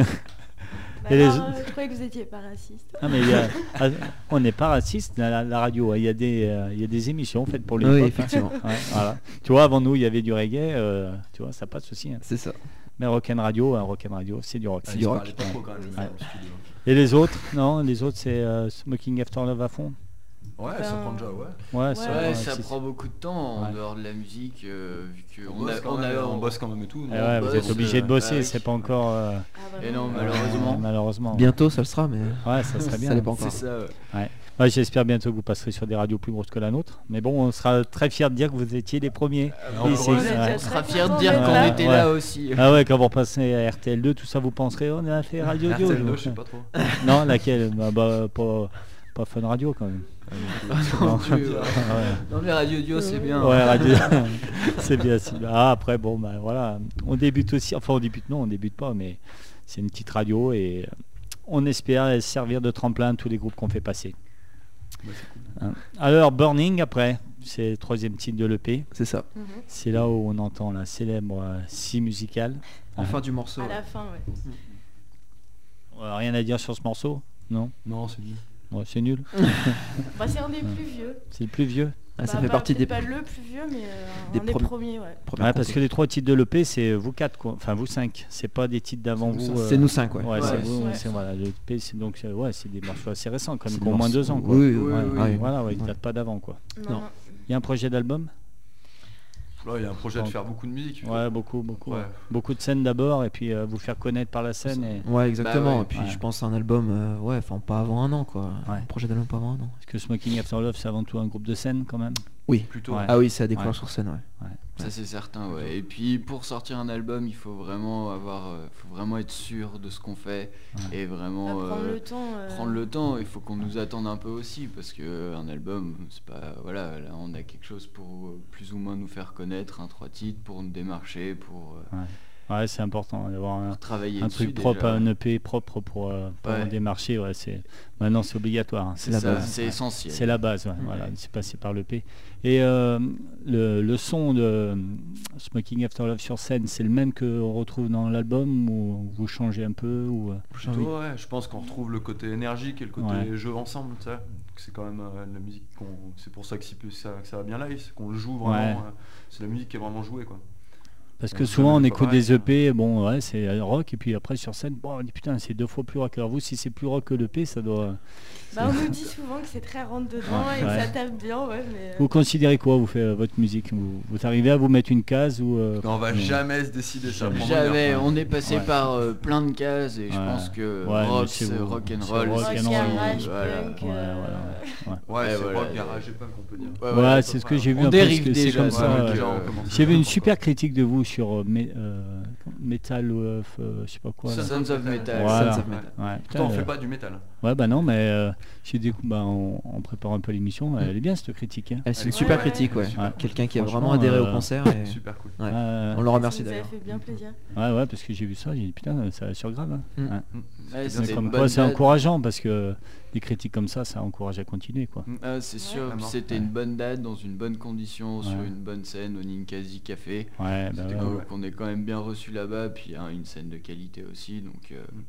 Et les- alors, euh, je croyais que vous étiez pas raciste. Ah, mais il y a- ah, on n'est pas raciste à la, la radio. hein. Il y, a des, euh, il y a des émissions faites pour le Oui, hip-hop. hein. effectivement. Ouais, voilà. Tu vois, avant nous, il y avait du reggae. euh, tu vois, ça passe aussi. hein. C'est ça. Mais Rock'n Radio, hein, Rock'n Radio, c'est du rock. Ah, du il se rock. parlait pas trop quand même Ouais. dans le studio. Et les autres? Non, les autres, c'est euh, Smoking After Love à fond. Ouais, ça Ben, prend déjà, ouais. Ouais, Ouais, ça, Ouais, ouais, ça c'est- prend beaucoup de temps en Ouais. dehors de la musique, euh, vu On, qu'on bosse a, quand on même, a, on bosse quand même et tout. Eh nous, ouais, on vous bosse, êtes obligé de euh, bosser, bah oui. c'est pas encore. euh, Ah, bah Et non, oui. malheureusement. euh, malheureusement. Bientôt ça le sera, mais Ouais, ça serait bien. ça dépend encore. C'est ça. ouais. Ouais, j'espère bientôt que vous passerez sur des radios plus grosses que la nôtre. Mais bon, on sera très fiers de dire que vous étiez les premiers. Ah, on Ici, peut- On est ouais. déjà On très sera fiers de contents dire d'être qu'on là. était Ouais. là aussi. Ah ouais, quand vous repassez à R T L deux, tout ça, vous penserez, on a fait Radio Dio. R T L deux, je sais pas trop. Non, laquelle bah, bah, pas, pas Fun Radio quand même. Non, Non. tu- ouais. Ouais. Non, mais Radio Dio, c'est bien. Ouais, Radio. C'est bien. c'est bien. Ah, après, bon, bah voilà. On débute aussi. Enfin, on débute, non, on débute pas, mais c'est une petite radio et on espère servir de tremplin à tous les groupes qu'on fait passer. Ouais, c'est cool. Hein. Alors, Burning, après, c'est le troisième titre de l'E P. c'est ça. Mhm. C'est là où on entend la célèbre euh, scie musicale. En fin du morceau. À ouais. la fin, ouais. Euh, rien à dire sur ce morceau? Non. Non, c'est nul. Ouais, c'est nul. Bah, c'est un des plus vieux. C'est le plus vieux. Ah, ça Bah, fait pas- partie des, peut-être pas le plus vieux, mais euh, des un des premi- premiers, ouais. premières Ouais, parce compos. que les trois titres de l'E P, c'est vous quatre, quoi. Enfin vous cinq. C'est pas des titres d'avant C'est nous vous. cinq. euh, C'est nous cinq, ouais. Ouais, c'est Ouais. vous. Ouais. C'est voilà. L'E P, c'est donc euh, ouais, c'est des morceaux assez récents, quand même, C'est qui ont des moins de deux morceaux- ans, quoi. Oui, oui, Oui, ouais, oui, ouais. Voilà, ouais, ils Ouais. datent pas d'avant, quoi. Non, Non. non. Il y a un projet d'album? Là, il y a un projet de faire beaucoup de musique. Ouais, beaucoup, beaucoup. Ouais. Beaucoup de scènes d'abord, et puis euh, vous faire connaître par la scène. Et... Ouais, exactement. Bah ouais. Et puis Ouais. je pense à un album, euh, ouais, enfin pas avant un an, quoi. Ouais. Un projet d'album pas avant un an. Parce que Smoking After Love, c'est avant tout un groupe de scène, quand même. Oui. Plutôt. Ouais. Ah oui, c'est à découvrir Ouais. sur scène, ouais. Ça c'est certain, ouais. Et puis pour sortir un album, il faut vraiment avoir, euh, faut vraiment être sûr de ce qu'on fait Ouais. et vraiment À prendre euh, le temps. euh, prendre le temps. Il faut qu'on nous attende un peu aussi parce que euh, un album, c'est pas, voilà, là on a quelque chose pour euh, plus ou moins nous faire connaître, un trois titres pour nous démarcher, pour, euh, Ouais, c'est important d'avoir un, pour travailler un dessus truc propre, déjà. un E P propre pour, euh, pour Ouais. démarcher. Ouais, c'est... Maintenant, c'est obligatoire. hein. C'est la ça, base. c'est Ouais. essentiel. C'est la base, ouais, voilà, c'est passé par l'E P. Et euh, le, le son de euh, Smoking After Love sur scène, c'est le même qu'on retrouve dans l'album ou vous changez un peu ou, euh, J'ai envie- Plutôt, ouais, je pense qu'on retrouve le côté énergique et le côté Ouais. jeu ensemble, tu sais. C'est quand même euh, la musique qu'on. C'est pour ça que, si peu- ça, que ça va bien live, c'est qu'on le joue vraiment. Ouais. euh, c'est la musique qui est vraiment jouée, quoi. Parce que Ouais, souvent on c'est écoute pareil, des E P, bon ouais c'est rock et puis après sur scène, bon on dit putain c'est deux fois plus rock. Alors vous si c'est plus rock que l'E P ça doit... Bah, on nous dit souvent que c'est très rentre dedans Ouais, et que ouais. ça tape bien, ouais, mais. euh, Vous considérez quoi vous faites euh, votre musique vous, vous arrivez à vous mettre une case ou... euh, On va non. jamais se décider ça. Jamais. prend Jamais, bien. on est passé Ouais. par euh, plein de cases et je Ouais. pense que Ouais, mais rock, c'est c'est vous- rock and c'est roll, rock c'est and ce qui- roll. garage, voilà. punk, Ouais, euh, voilà, ouais. Ouais, Ouais, c'est voilà. rock, garage et punk, on peut dire. Ouais, Ouais, ouais, c'est ce que j'ai vu on un peu, dérive parce que c'est déjà, comme ouais, ça. ouais, euh, déjà, on euh, commence. J'ai vu une super critique de vous sur euh, mé- euh, Metal of euh, je sais pas quoi. là. Sons of Metal. Voilà. Sons of Metal. Ouais, Pourtant, putain, on euh, fait pas du métal. ouais bah non mais euh, j'ai décou- bah, on, on prépare un peu l'émission, elle est bien cette critique. Hein. Ah, c'est une Ouais, super ouais, critique, ouais. super. Quelqu'un qui a Franchement, vraiment adhéré euh, au concert. Et... Super cool. Ouais. Ouais, On le remercie ça nous a d'ailleurs. fait bien plaisir. ouais ouais parce que j'ai vu ça, j'ai dit putain ça assure grave. Hein. Mm. Ouais. Ouais, Mais c'était comme une quoi bonne c'est date. encourageant parce que des critiques comme ça ça encourage à continuer quoi. Ah, c'est sûr, Vraiment. c'était Ouais. une bonne date, dans une bonne condition, sur Ouais. une bonne scène au Ninkasi Café. Ouais bah C'était ouais, cool ouais. qu'on est quand même bien reçu là-bas, puis hein, une scène de qualité aussi, donc euh,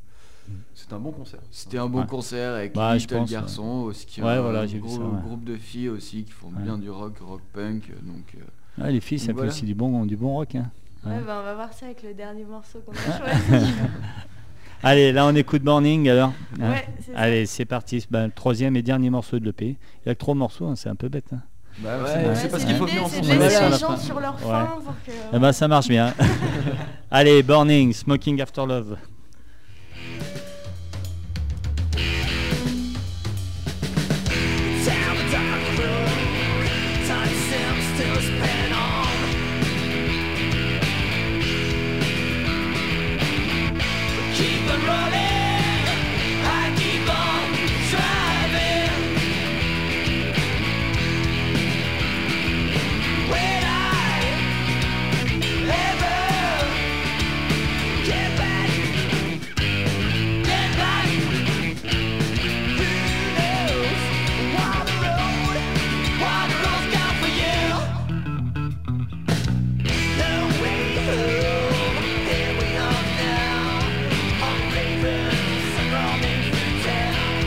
C'était un bon concert. C'était un bon Ouais. concert avec Bah, je Little pense, Garçon aussi, qui est Ouais, un voilà, j'ai vu gros ça, ouais. groupe de filles aussi qui font Ouais. bien du rock, rock punk. Donc, euh, Ouais, les filles, ça Donc fait voilà. aussi du bon, du bon rock. Hein. Ouais, Ouais. bah, on va voir ça avec le dernier morceau qu'on a choisi. Allez, là on écoute Morning alors. Hein. Ouais, c'est ça. Allez, c'est parti. Ben, le troisième et dernier morceau de l'E P. Il y a que trois morceaux, hein, c'est un peu bête. Hein. Bah, Ouais, c'est- ouais, c'est c'est parce qu'il faut l'idée, venir c'est de ensemble. laisser Ouais, les ça gens va. sur leur Ouais. faim pour que... Eh ben, ça marche bien. Allez, Burning, Smoking After Love. Down the dark road, time seems to spin on. Keep on rolling, I keep on driving. When I ever get back, get back. Who knows what the road, what the road's got for you? No way home, here we are now, on ravens and roaming through town.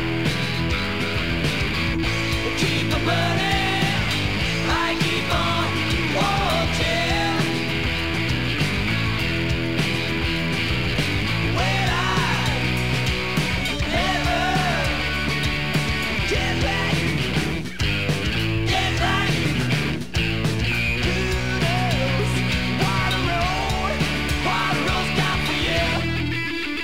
Keep on burning, I keep on walking. When I ever get back, get back. Who knows what the road, what the road's got for you?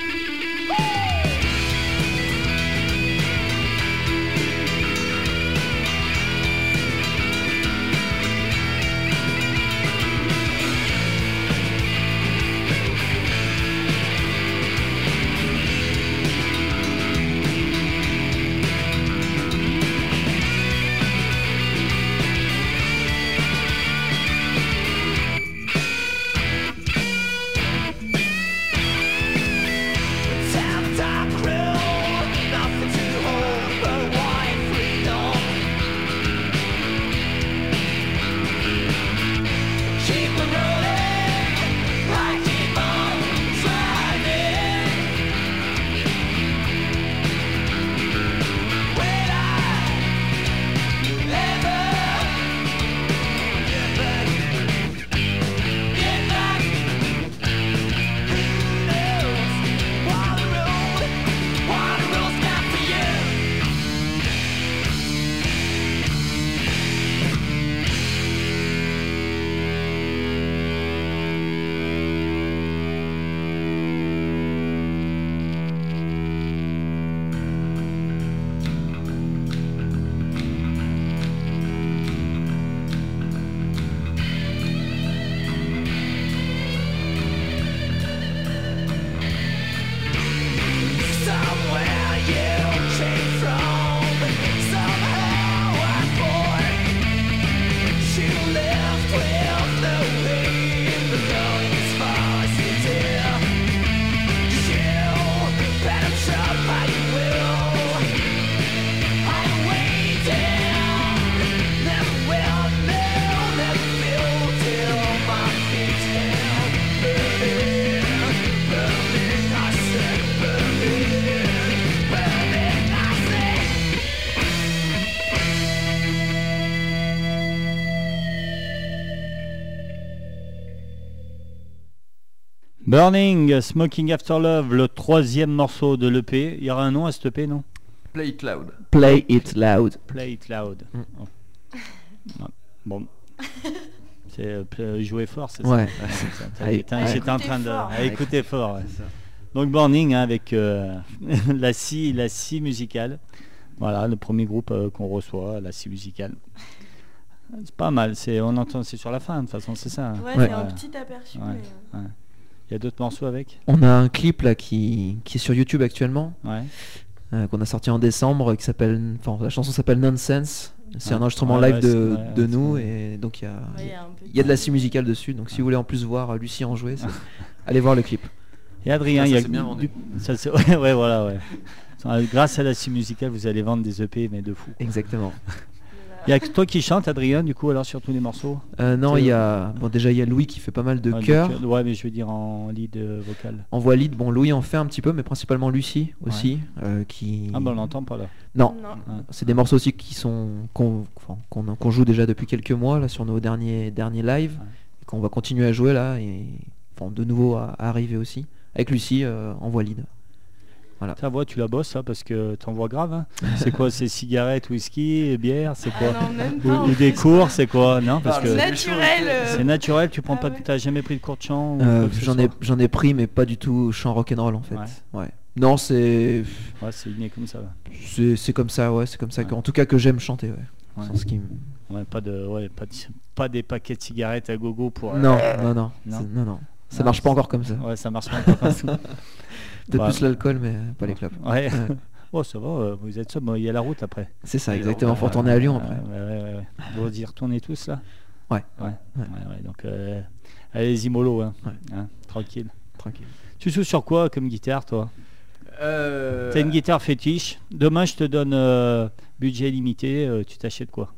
Down the dark road, nothing to hold but white freedom. Keep on rolling, I keep on driving. When I ever get back, get back. Who knows what the road, what the road's got for you? Somewhere you came from, somehow I born. You left with no way, but going as far as you did. You better try how you will. I'm waiting, never will know, never feel till my feet down. Burning, burning, I said burning, burning, I said. Burning, Smoking After Love, le troisième morceau de l'E P. Il y aura un nom à cette E P, non? Play It Loud. Play it loud. Play It Loud. Mm. Oh. Ouais. Bon. C'est euh, pl- jouer fort, c'est Ouais. ça? C'est ça. Allez. J'étais- À J'étais en écouter train de... fort. À écouter fort, ouais. Donc Burning, hein, avec euh, la scie, la scie musicale. Voilà, le premier groupe euh, qu'on reçoit, la scie musicale. C'est pas mal, c'est, on entend, c'est sur la fin, de toute façon, c'est ça. hein. Ouais, Ouais. c'est un petit aperçu. Ouais. Mais... euh, Il y a d'autres morceaux avec? On a un clip là qui, qui est sur YouTube actuellement, Ouais. euh, qu'on a sorti en décembre, qui s'appelle, enfin la chanson s'appelle Nonsense. C'est Ouais. un enregistrement Ouais, live ouais, de, c'est- ouais, de c'est nous vrai. et donc il y a, ouais, il y a un peu il y a de la scie musicale dessus. Donc si vous voulez en plus voir euh, Lucie en jouer, c'est- allez voir le clip. Et Adrien, Ça, il y a ça s'est bien vendu. du- ça, c'est- ouais, ouais, voilà, ouais. Grâce à la scie musicale, vous allez vendre des E P, mais de fou. Exactement. Voilà. Il y a que toi qui chantes, Adrien, du coup, alors sur tous les morceaux. Euh, non, C'est- il y a bon déjà il y a Louis qui fait pas mal de Ouais, chœurs. donc, euh, ouais, mais je veux dire en lead euh, vocal. En voix lead, bon Louis en fait un petit peu, mais principalement Lucie aussi, euh, qui. Ah, bah on l'entend pas là. Non, Non. c'est des morceaux aussi qui sont qu'on enfin, qu'on qu'on joue déjà depuis quelques mois là sur nos derniers derniers lives, Ouais. et qu'on va continuer à jouer là et enfin, de nouveau à, à arriver aussi avec Lucie euh, en voix lead. Ta voix, tu la bosses, ça, parce que t'en vois grave. Hein. C'est quoi? C'est cigarettes, whisky, bière, c'est quoi? Ah non, même Ou, pas. en ou des plus. cours, c'est quoi? Non, parce Ah, que c'est Naturel. euh, c'est naturel. Tu prends Ah pas, ouais. t'as jamais pris de cours de chant ou Euh, quoi que ce j'en ai soit j'en ai pris mais pas du tout chant rock'n'roll en fait. Ouais. Ouais. Non, c'est Ouais, c'est inné comme ça. c'est c'est comme ça, ouais, c'est comme ça Ouais. que, en tout cas que j'aime chanter, ouais. Ouais. C'est ce qui me- Ouais, pas de, ouais, pas de- pas des paquets de cigarettes à gogo pour. euh, Non, non, non, Non. c'est- non, non. Ça Non, marche pas c'est- encore comme ça. Ouais, ça marche pas encore comme ça. Peut-être Ouais. plus l'alcool, mais pas les clopes. Ouais. Ouais. Oh, ça va. euh, Vous êtes sobre. Il y a la route après. C'est ça, Et exactement. on- Faut retourner à Lyon Ouais, après. Ouais, ouais, ouais, ouais. Vous y retournez tous là. Ouais. Ouais. Ouais. Ouais, ouais, donc, euh, allez-y mollo, hein. Ouais. Hein, tranquille. Tranquille. Tu joues sur quoi comme guitare, toi? Euh, T'as une guitare fétiche. Demain, je te donne euh, budget limité. euh, tu t'achètes quoi?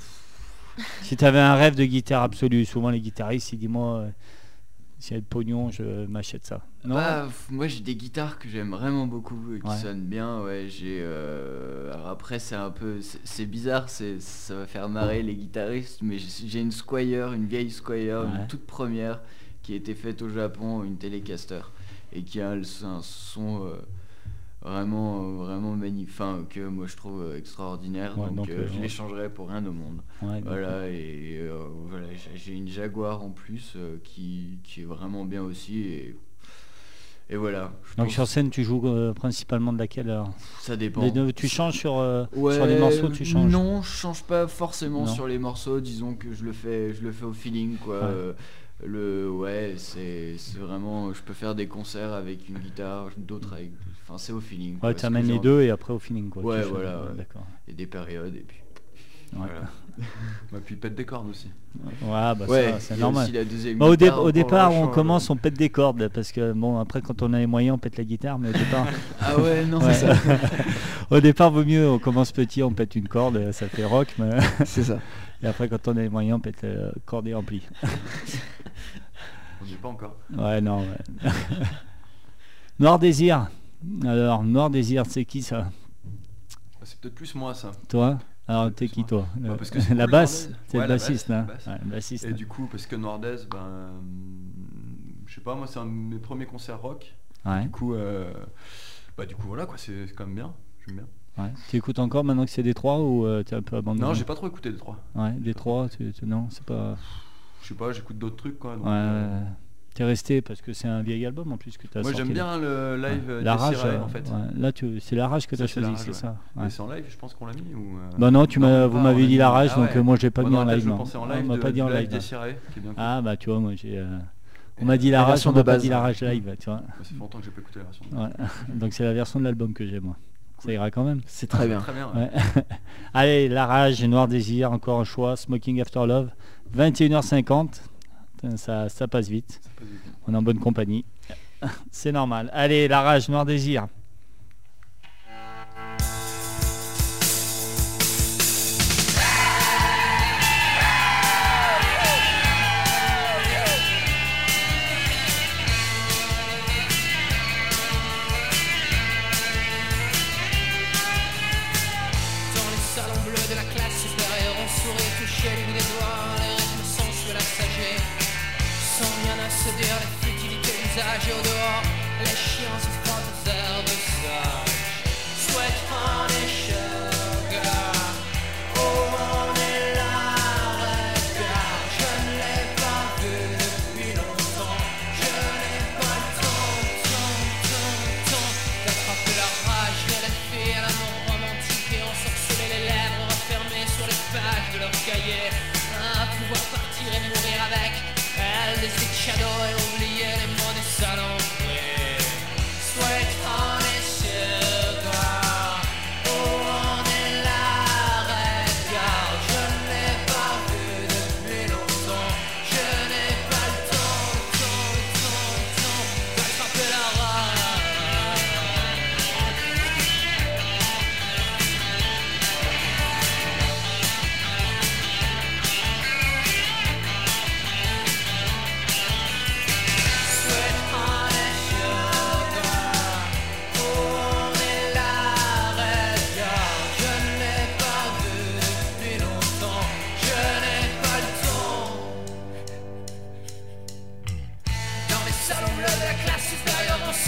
Si t'avais un rêve de guitare absolu, souvent les guitaristes, ils disent moi, euh, s'il y a de pognon, je m'achète ça. Non. Bah, pff, moi j'ai des guitares que j'aime vraiment beaucoup et qui Ouais. sonnent bien. Ouais, j'ai. euh, Alors après c'est un peu, c'est c'est bizarre, c'est ça va faire marrer les guitaristes, mais j'ai j'ai une Squire, une vieille Squire, Ouais. une toute première qui a été faite au Japon, une Telecaster, et qui a le- un son euh, vraiment euh, vraiment magnifique, enfin que moi je trouve euh, extraordinaire. Ouais, donc donc, euh, euh, je ouais. l'échangerais pour rien au monde. Ouais, donc, Voilà, et euh, voilà, j'ai- j'ai une Jaguar en plus euh, qui, qui est vraiment bien aussi. Et, et voilà. je donc pense sur scène, tu joues euh, principalement de laquelle heure? que ça dépend. Les deux- Tu changes sur, euh, Ouais, sur les morceaux, tu changes. Non, je change pas forcément Non. sur les morceaux. Disons que je le fais, je le fais au feeling, quoi. Ouais. Euh, Le, ouais, c'est c'est vraiment. Je peux faire des concerts avec une guitare, d'autres avec. Enfin, c'est au feeling. quoi, Ouais, ce tu que amènes j'ai les envie. deux et après au feeling, quoi. Ouais, Tu fais- voilà, ouais. D'accord. Il y a des périodes et puis. Ouais. Voilà. Bah, puis pète des cordes aussi. Ouais, bah Ouais, ça, c'est il y a normal. aussi la deuxième Bah, au, dé- guitare, au pour départ, le on chant, commence, euh. on pète des cordes parce que bon, après, quand on a les moyens, on pète la guitare, mais au départ, Ah ouais, non, Ouais. c'est ça. au départ, vaut mieux. On commence petit, on pète une corde, ça fait rock, mais C'est ça. et après, quand on a les moyens, on pète euh, corde et ampli. On n'y est pas encore. Ouais, non. Ouais. Noir Désir. Alors, Noir Désir, c'est qui ça? Bah, c'est peut-être plus moi ça. Toi? Alors, C'est t'es plus qui moi. toi? Bah, Euh, parce que c'est La cool, basse? Noir Désir. T'es Ouais, le la bassiste, basse, là? la basse. Ouais, le bassiste. Et du coup, parce que Nordez, ben, euh, je sais pas, moi c'est un de mes premiers concerts rock. Ouais, Du coup, euh, bah du coup voilà quoi, c'est c'est quand même bien. J'aime bien. ouais. Tu écoutes encore maintenant que c'est Détroit ou euh, t'es un peu abandonné? Non, j'ai pas trop écouté les trois. Ouais, Détroit, tu, tu- non, c'est pas. Je sais pas, j'écoute d'autres trucs quoi. donc, Ouais, euh, ouais. T'es resté parce que c'est un vieil album en plus que t'as Moi sorti. j'aime bien le là. live Ouais. euh, La des rage, Sirènes, euh, en fait. ouais. Là, tu... c'est la rage que Ça, t'as c'est la choisi, rage, c'est ouais. ça. Mais Ouais. c'est en live, je pense qu'on l'a mis ou. euh, Bah non, tu m'as, même vous pas, m'avez on l'a dit mis- la rage, ah donc ouais. euh, moi j'ai pas Moi, mis dans en la tête, live. je Non. pensais en On live m'a de- pas dit en du live live. des non. Sirènes, qui est bien cool. Ah bah tu vois, moi j'ai. euh, On m'a dit la La rage, version on de m'a pas base. dit la rage live, tu vois. Ça fait longtemps que j'ai pas écouté la version. Ouais. Donc c'est la version de l'album que j'ai moi. Ça ira quand même. C'est très bien. Très bien. ouais. Ouais. Allez, La Rage, Noir Désir, encore un choix, Smoking After Love, vingt et une heures cinquante. Putain, Ça, ça passe vite. Ça passe vite. On est en bonne compagnie. C'est normal. Allez, La Rage, Noir Désir. Dans les salons bleus de la classe supérieure, on sourit, toucher les bouts des doigts, les rythmes sensuels assagers. Sans rien à se dire, les futilités d'usage et au dehors, les chiens se frottent aux herbes sages. Sweat on et sugar, oh on est là, regarde, je ne l'ai pas vu depuis longtemps, je n'ai pas le temps, temps, temps, temps d'attraper la rage de la fille à l'amour romantique et ensorceler les lèvres refermées sur les pages de leur cahier, à pouvoir partir et mourir avec elle des stick shadows et oublier les mots du salon. Oui. Sweat on et sugar, oh on est là, regarde, je ne l'ai pas vu depuis longtemps, je n'ai pas le temps, temps, temps, temps d'attraper la rage.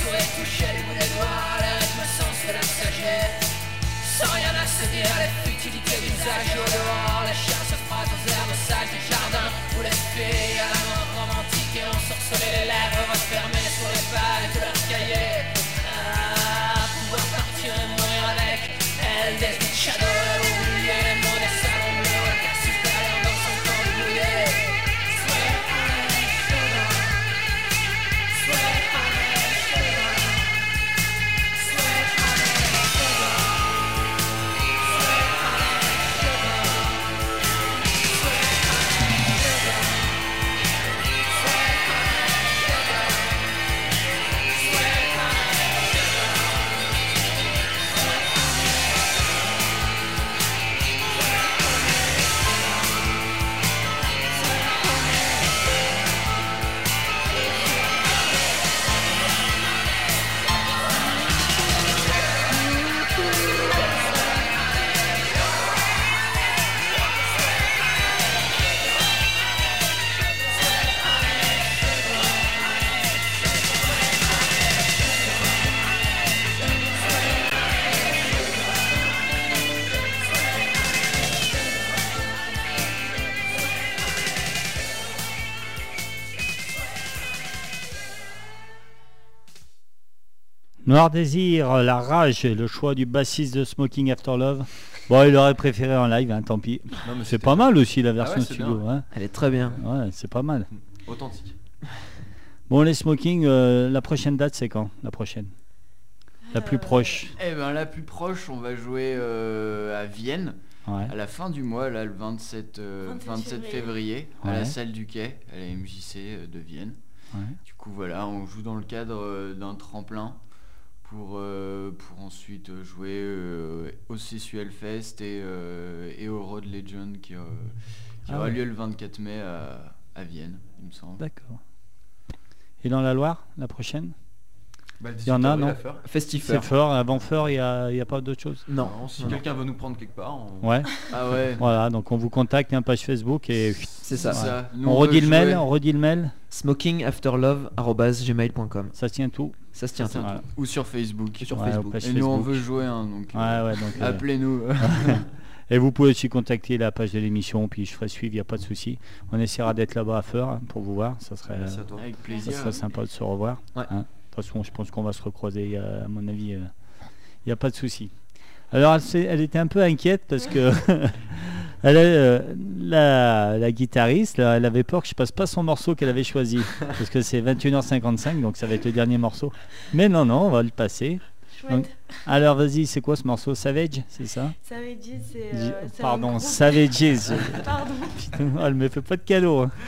souris toucher du bout des doigts, les rythmes sensuels à stager. Sans rien à se dire, les futilités d'usage au dehors. Les chiens se frottent aux herbes sages du jardin, où les filles à la mort romantique et ensorcelées, les lèvres refermées sur les pages de leurs cahiers. Ah, pouvoir partir et mourir avec elle, des shadows, oublier les mots des salons bleus, le cas supérieur dans son corps de bouillet. Sweet honey sugar, sweet honey sugar, sweet honey sugar, sweet honey sugar, sweet honey sugar, sweet honey sugar, sweet Noir Désir, La Rage, le choix du bassiste de Smoking After Love. Bon, il aurait préféré en live, hein, tant pis. Non, mais C'est c'était- pas mal aussi la Ah version ouais, c'est studio. bien. Hein. Elle est très bien. Ouais, c'est pas mal. Authentique. Bon, les Smoking, euh, la prochaine date, c'est quand? La prochaine La plus Euh, proche. Eh ben la plus proche, on va jouer euh, à Vienne Ouais. à la fin du mois, là le vingt-sept, euh, vingt-sept vingt-sept février, à Ouais. la salle du Quai, à la M J C euh, de Vienne. Ouais. Du coup voilà, on joue dans le cadre euh, d'un tremplin pour, euh, pour ensuite euh, jouer euh, au Sessual Fest et, euh, et au Road Legend qui, euh, qui Ah aura ouais. lieu le vingt-quatre mai à, à Vienne, il me semble. D'accord. Et dans la Loire, la prochaine? Bah, le Il y en a, dix-huit avril non à faire. Festifer. C'est fort, avant fort, il n'y a, il y a pas d'autre chose? Non. Non, si non, non. quelqu'un veut nous prendre quelque part, on... Ouais, Ah ouais, voilà, donc on vous contacte, il y a une page Facebook et C'est ça. c'est ça. Nous, on veut redit le mail, jouer- on redit le mail, smokingafterlove arobase gmail point com. ça tient tout. Ça se tient. Ça tient Voilà. tout. Ou sur Facebook. Sur Ouais, Facebook. aux pages Et nous on Facebook. veut jouer, hein, donc Ouais, euh, ouais, donc, euh, appelez-nous. et vous pouvez aussi contacter la page de l'émission, puis je ferai suivre, il n'y a pas de souci. On essaiera d'être là-bas à Feur hein, pour vous voir, ça serait, Merci à toi. Avec ça plaisir. serait sympa de se revoir. Ouais. hein. De toute façon, je pense qu'on va se recroiser, il y a- à mon avis, euh, il n'y a pas de souci. Alors, elle, s'est- elle était un peu inquiète parce que elle a, euh, la, la guitariste, là, elle avait peur que je passe pas son morceau qu'elle avait choisi, parce que c'est vingt et une heures cinquante-cinq, donc ça va être le dernier morceau. Mais non, non, on va le passer. Chouette. Alors, vas-y, c'est quoi ce morceau? Savage, c'est ça? Savage, c'est. J- euh, c'est un Pardon, groupe- Savages. Pardon. Putain, elle me fait pas de cadeau. hein.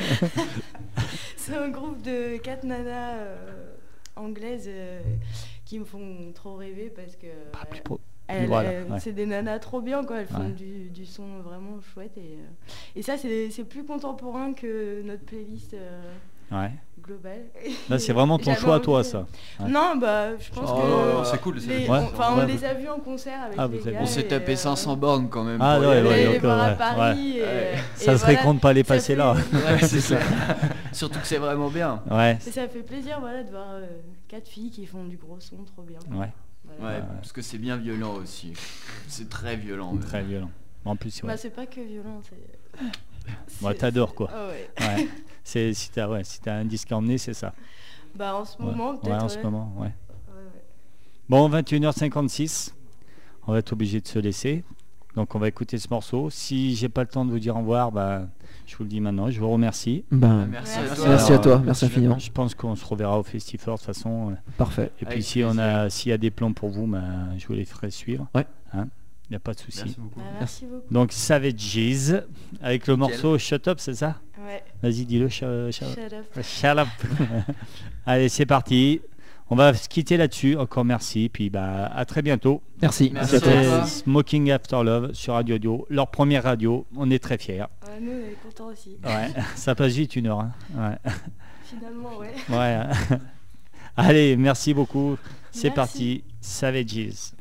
C'est un groupe de quatre nanas euh, anglaises euh, qui me font trop rêver parce que Pas euh, plus pro- elles- voilà, elles- ouais. c'est des nanas trop bien quoi. Elles font Ouais. du, du son vraiment chouette et, euh, et ça c'est c'est plus contemporain que notre playlist euh, Ouais. globale. Là, c'est vraiment ton J'avais choix à toi, envie- ça. Ouais. Non, bah je pense Oh, que non, c'est cool, c'est les- cool. on- enfin, Ouais. on les a vus en concert avec Ah, vous les avez- gars. On s'est et, tapé euh, cinq cents bornes quand même. Ah, pour y ouais, aller. ouais, les donc, voir à ouais, Paris. et, ouais. euh, Ça et serait voilà, con de pas les ça passer fait- là. Ouais, c'est ça. Surtout que c'est vraiment bien. Ouais. Et ça fait plaisir voilà, de voir euh, quatre filles qui font du gros son trop bien. Ouais, Voilà. Ouais, parce que c'est bien violent aussi. C'est très violent. même. très violent. En plus, ouais. Bah, c'est pas que violent, c'est. Moi, c'est- t'adores, quoi. Ah ouais. Ouais. C'est si t'as ouais, si t'as un disque à emmener, c'est ça. Bah en ce Ouais. moment Ouais, peut-être. en ce ouais. moment, ouais. Ouais, ouais. Bon, vingt et une heures cinquante-six. On va être obligé de se laisser. Donc on va écouter ce morceau. Si j'ai pas le temps de vous dire au revoir, bah, je vous le dis maintenant. Je vous remercie. Ben, Merci à Merci. toi. merci à Alors, toi, merci je- infiniment. Je pense qu'on se reverra au Festival de toute façon. Parfait. Et puis Avec si on a, plaisir. s'il y a des plans pour vous, bah, je vous les ferai suivre. Ouais. Hein, il n'y a pas de souci. Merci beaucoup. Bah, merci beaucoup. Donc Savages avec le morceau Shut Up, c'est ça? Ouais. Vas-y, dis-le. Shut, shut- Shut up. shut up. Allez, c'est parti. On va se quitter là-dessus. Encore merci. Puis bah, à très bientôt. Merci. Merci à C'était toi. Smoking After Love sur Radio Audio, leur première radio. On est très fiers. Ouais, nous on est contents aussi. Ouais, ça passe vite une heure. hein. Ouais. Finalement ouais. Ouais. Allez, merci beaucoup. C'est Merci. parti. Savages.